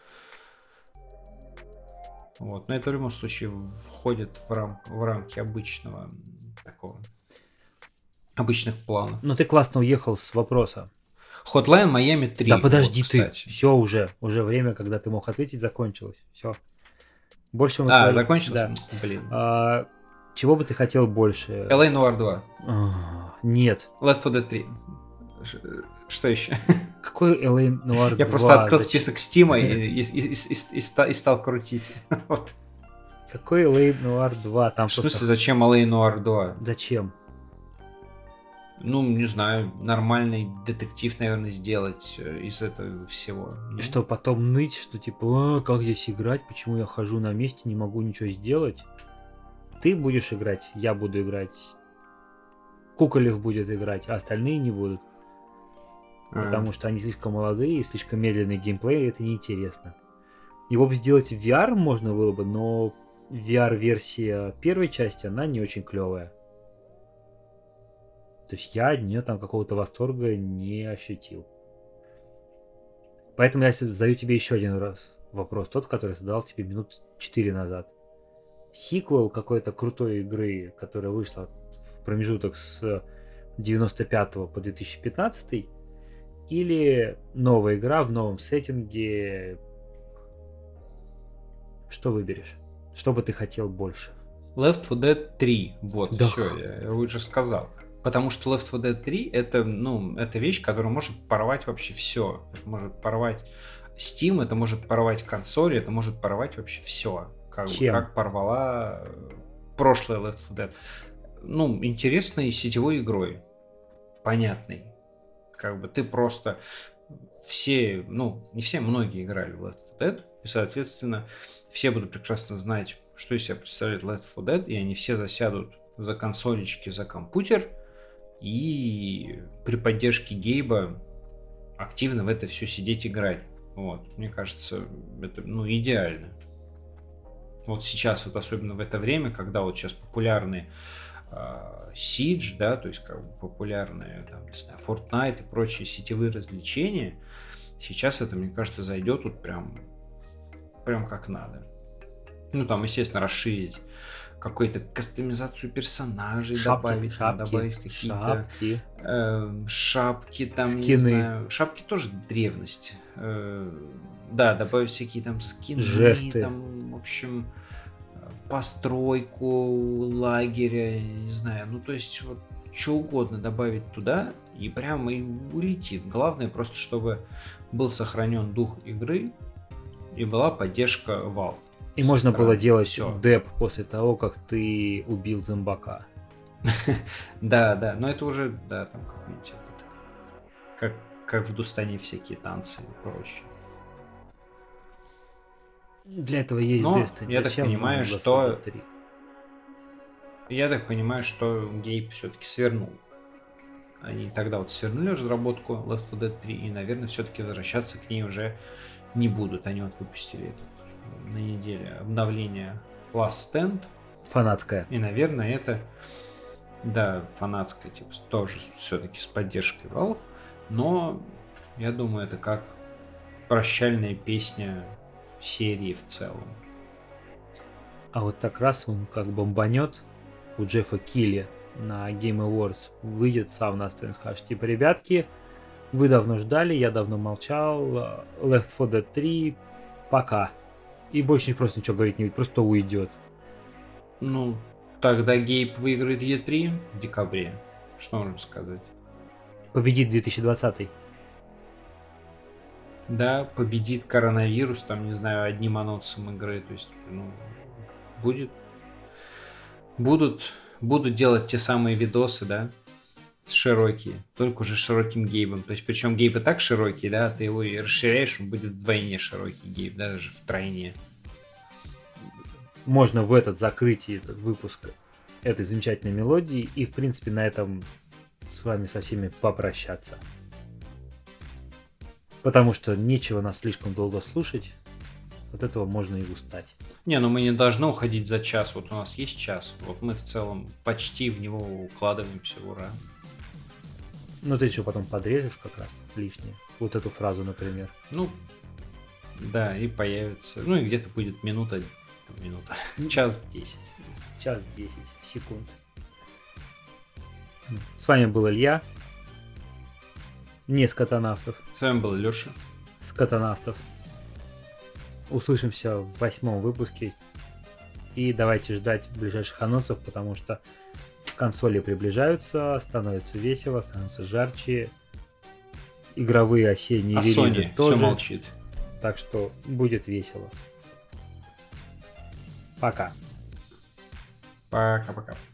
Speaker 2: Вот, но это в любом случае входит в рамки обычного такого, обычных планов.
Speaker 1: Ты классно уехал с вопроса.
Speaker 2: Hotline Miami 3.
Speaker 1: Да подожди ты, все уже время, когда ты мог ответить, закончилось. Все. Больше мы
Speaker 2: закончилось?
Speaker 1: Да.
Speaker 2: Блин.
Speaker 1: Чего бы ты хотел больше?
Speaker 2: LA Noire 2.
Speaker 1: Нет.
Speaker 2: Left 4 Dead 3. Что еще?
Speaker 1: Какой LA Noire 2?
Speaker 2: Я просто открыл список Steam и стал крутить. Вот.
Speaker 1: Какой LA Noire 2? Там
Speaker 2: в смысле, зачем LA Noire 2?
Speaker 1: Зачем?
Speaker 2: Не знаю, нормальный детектив, наверное, сделать из этого всего.
Speaker 1: И что, потом ныть, что типа, как здесь играть, почему я хожу на месте, не могу ничего сделать? Ты будешь играть, я буду играть, Куколев будет играть, а остальные не будут. Потому что они слишком молодые и слишком медленный геймплей, это неинтересно. Его бы сделать в VR можно было бы, но VR-версия первой части, она не очень клевая. То есть я от нее там какого-то восторга не ощутил. Поэтому я задаю тебе еще один раз вопрос, тот, который задал тебе минут 4 назад. Сиквел какой-то крутой игры, которая вышла в промежуток с 95 по 2015, или новая игра в новом сеттинге? Что выберешь? Что бы ты хотел больше?
Speaker 2: Left 4 Dead 3. Вот,
Speaker 1: Да.
Speaker 2: все, я уже сказал. Потому что Left 4 Dead 3 это, это вещь, которая может порвать вообще все. Это может порвать Steam, это может порвать консоли, это может порвать вообще все. Как порвала прошлая Left 4 Dead. Интересной сетевой игрой. Понятной. Ты просто все, не все, многие играли в Left 4 Dead, и, соответственно, все будут прекрасно знать, что из себя представляет Left 4 Dead, и они все засядут за консолечки, за компьютер, и при поддержке Гейба активно в это все сидеть играть. Вот, мне кажется, это, идеально. Вот сейчас, вот особенно в это время, когда вот сейчас популярны Siege, да, то есть популярные, там, не знаю, Fortnite и прочие сетевые развлечения, сейчас это, мне кажется, зайдет вот прям как надо. Там, естественно, расширить какую-то кастомизацию персонажей, добавить какие-то шапки, там,
Speaker 1: скины.
Speaker 2: Не знаю, шапки тоже древность. Да, добавить всякие там скины,
Speaker 1: жесты.
Speaker 2: Там, в общем, постройку лагеря, не знаю, то есть вот что угодно добавить туда, и прямо и улетит. Главное просто, чтобы был сохранен дух игры и была поддержка Valve.
Speaker 1: И можно было делать деп после того, как ты убил зомбака.
Speaker 2: Да, но это уже, да, там какой-нибудь как в Дустане всякие танцы и прочее.
Speaker 1: Для этого есть Destiny.
Speaker 2: Я так понимаю, что Гейб все-таки свернул. Они тогда вот свернули разработку Left 4 Dead 3, и, наверное, все-таки возвращаться к ней уже не будут. Они вот выпустили на неделе обновление Last Stand.
Speaker 1: Фанатское.
Speaker 2: И, наверное, это, да, фанатское, типа, тоже все-таки с поддержкой Valve. Но, я думаю, это как прощальная песня серии в целом.
Speaker 1: А вот так раз он как бомбанет у Джеффа Килли на Game Awards, выйдет сам на сцену и скажет, типа, ребятки, вы давно ждали, я давно молчал, Left 4 Dead 3, пока. И больше просто ничего говорить не будет, просто уйдет.
Speaker 2: Тогда Гейб выиграет E3 в декабре. Что можно сказать?
Speaker 1: Победит 2020.
Speaker 2: Да, победит коронавирус, там, не знаю, одним анонсом игры. То есть, будут делать те самые видосы, да, широкие, только уже широким Гейбом. То есть, причем Гейб и так широкий, да, ты его и расширяешь, он будет вдвойне широкий Гейб, даже втройне.
Speaker 1: Можно в закрыть этот выпуск этой замечательной мелодии и, в принципе, на этом с вами со всеми попрощаться. Потому что нечего нас слишком долго слушать. От этого можно и устать.
Speaker 2: Мы не должны уходить за час. Вот у нас есть час. Вот мы в целом почти в него укладываемся, ура.
Speaker 1: Ты еще потом подрежешь как раз лишнее. Вот эту фразу, например.
Speaker 2: Да, и появится. И где-то будет минута. Час 10.
Speaker 1: Час 10 секунд. С вами был Илья. Не скотонавтов.
Speaker 2: С вами был Леша.
Speaker 1: Скотонавтов. Услышимся в 8-м выпуске. И давайте ждать ближайших анонсов, потому что консоли приближаются, становится весело, становится жарче. Игровые осенние релизы
Speaker 2: Sony
Speaker 1: тоже.
Speaker 2: все молчит.
Speaker 1: Так что будет весело. Пока.
Speaker 2: Пока-пока.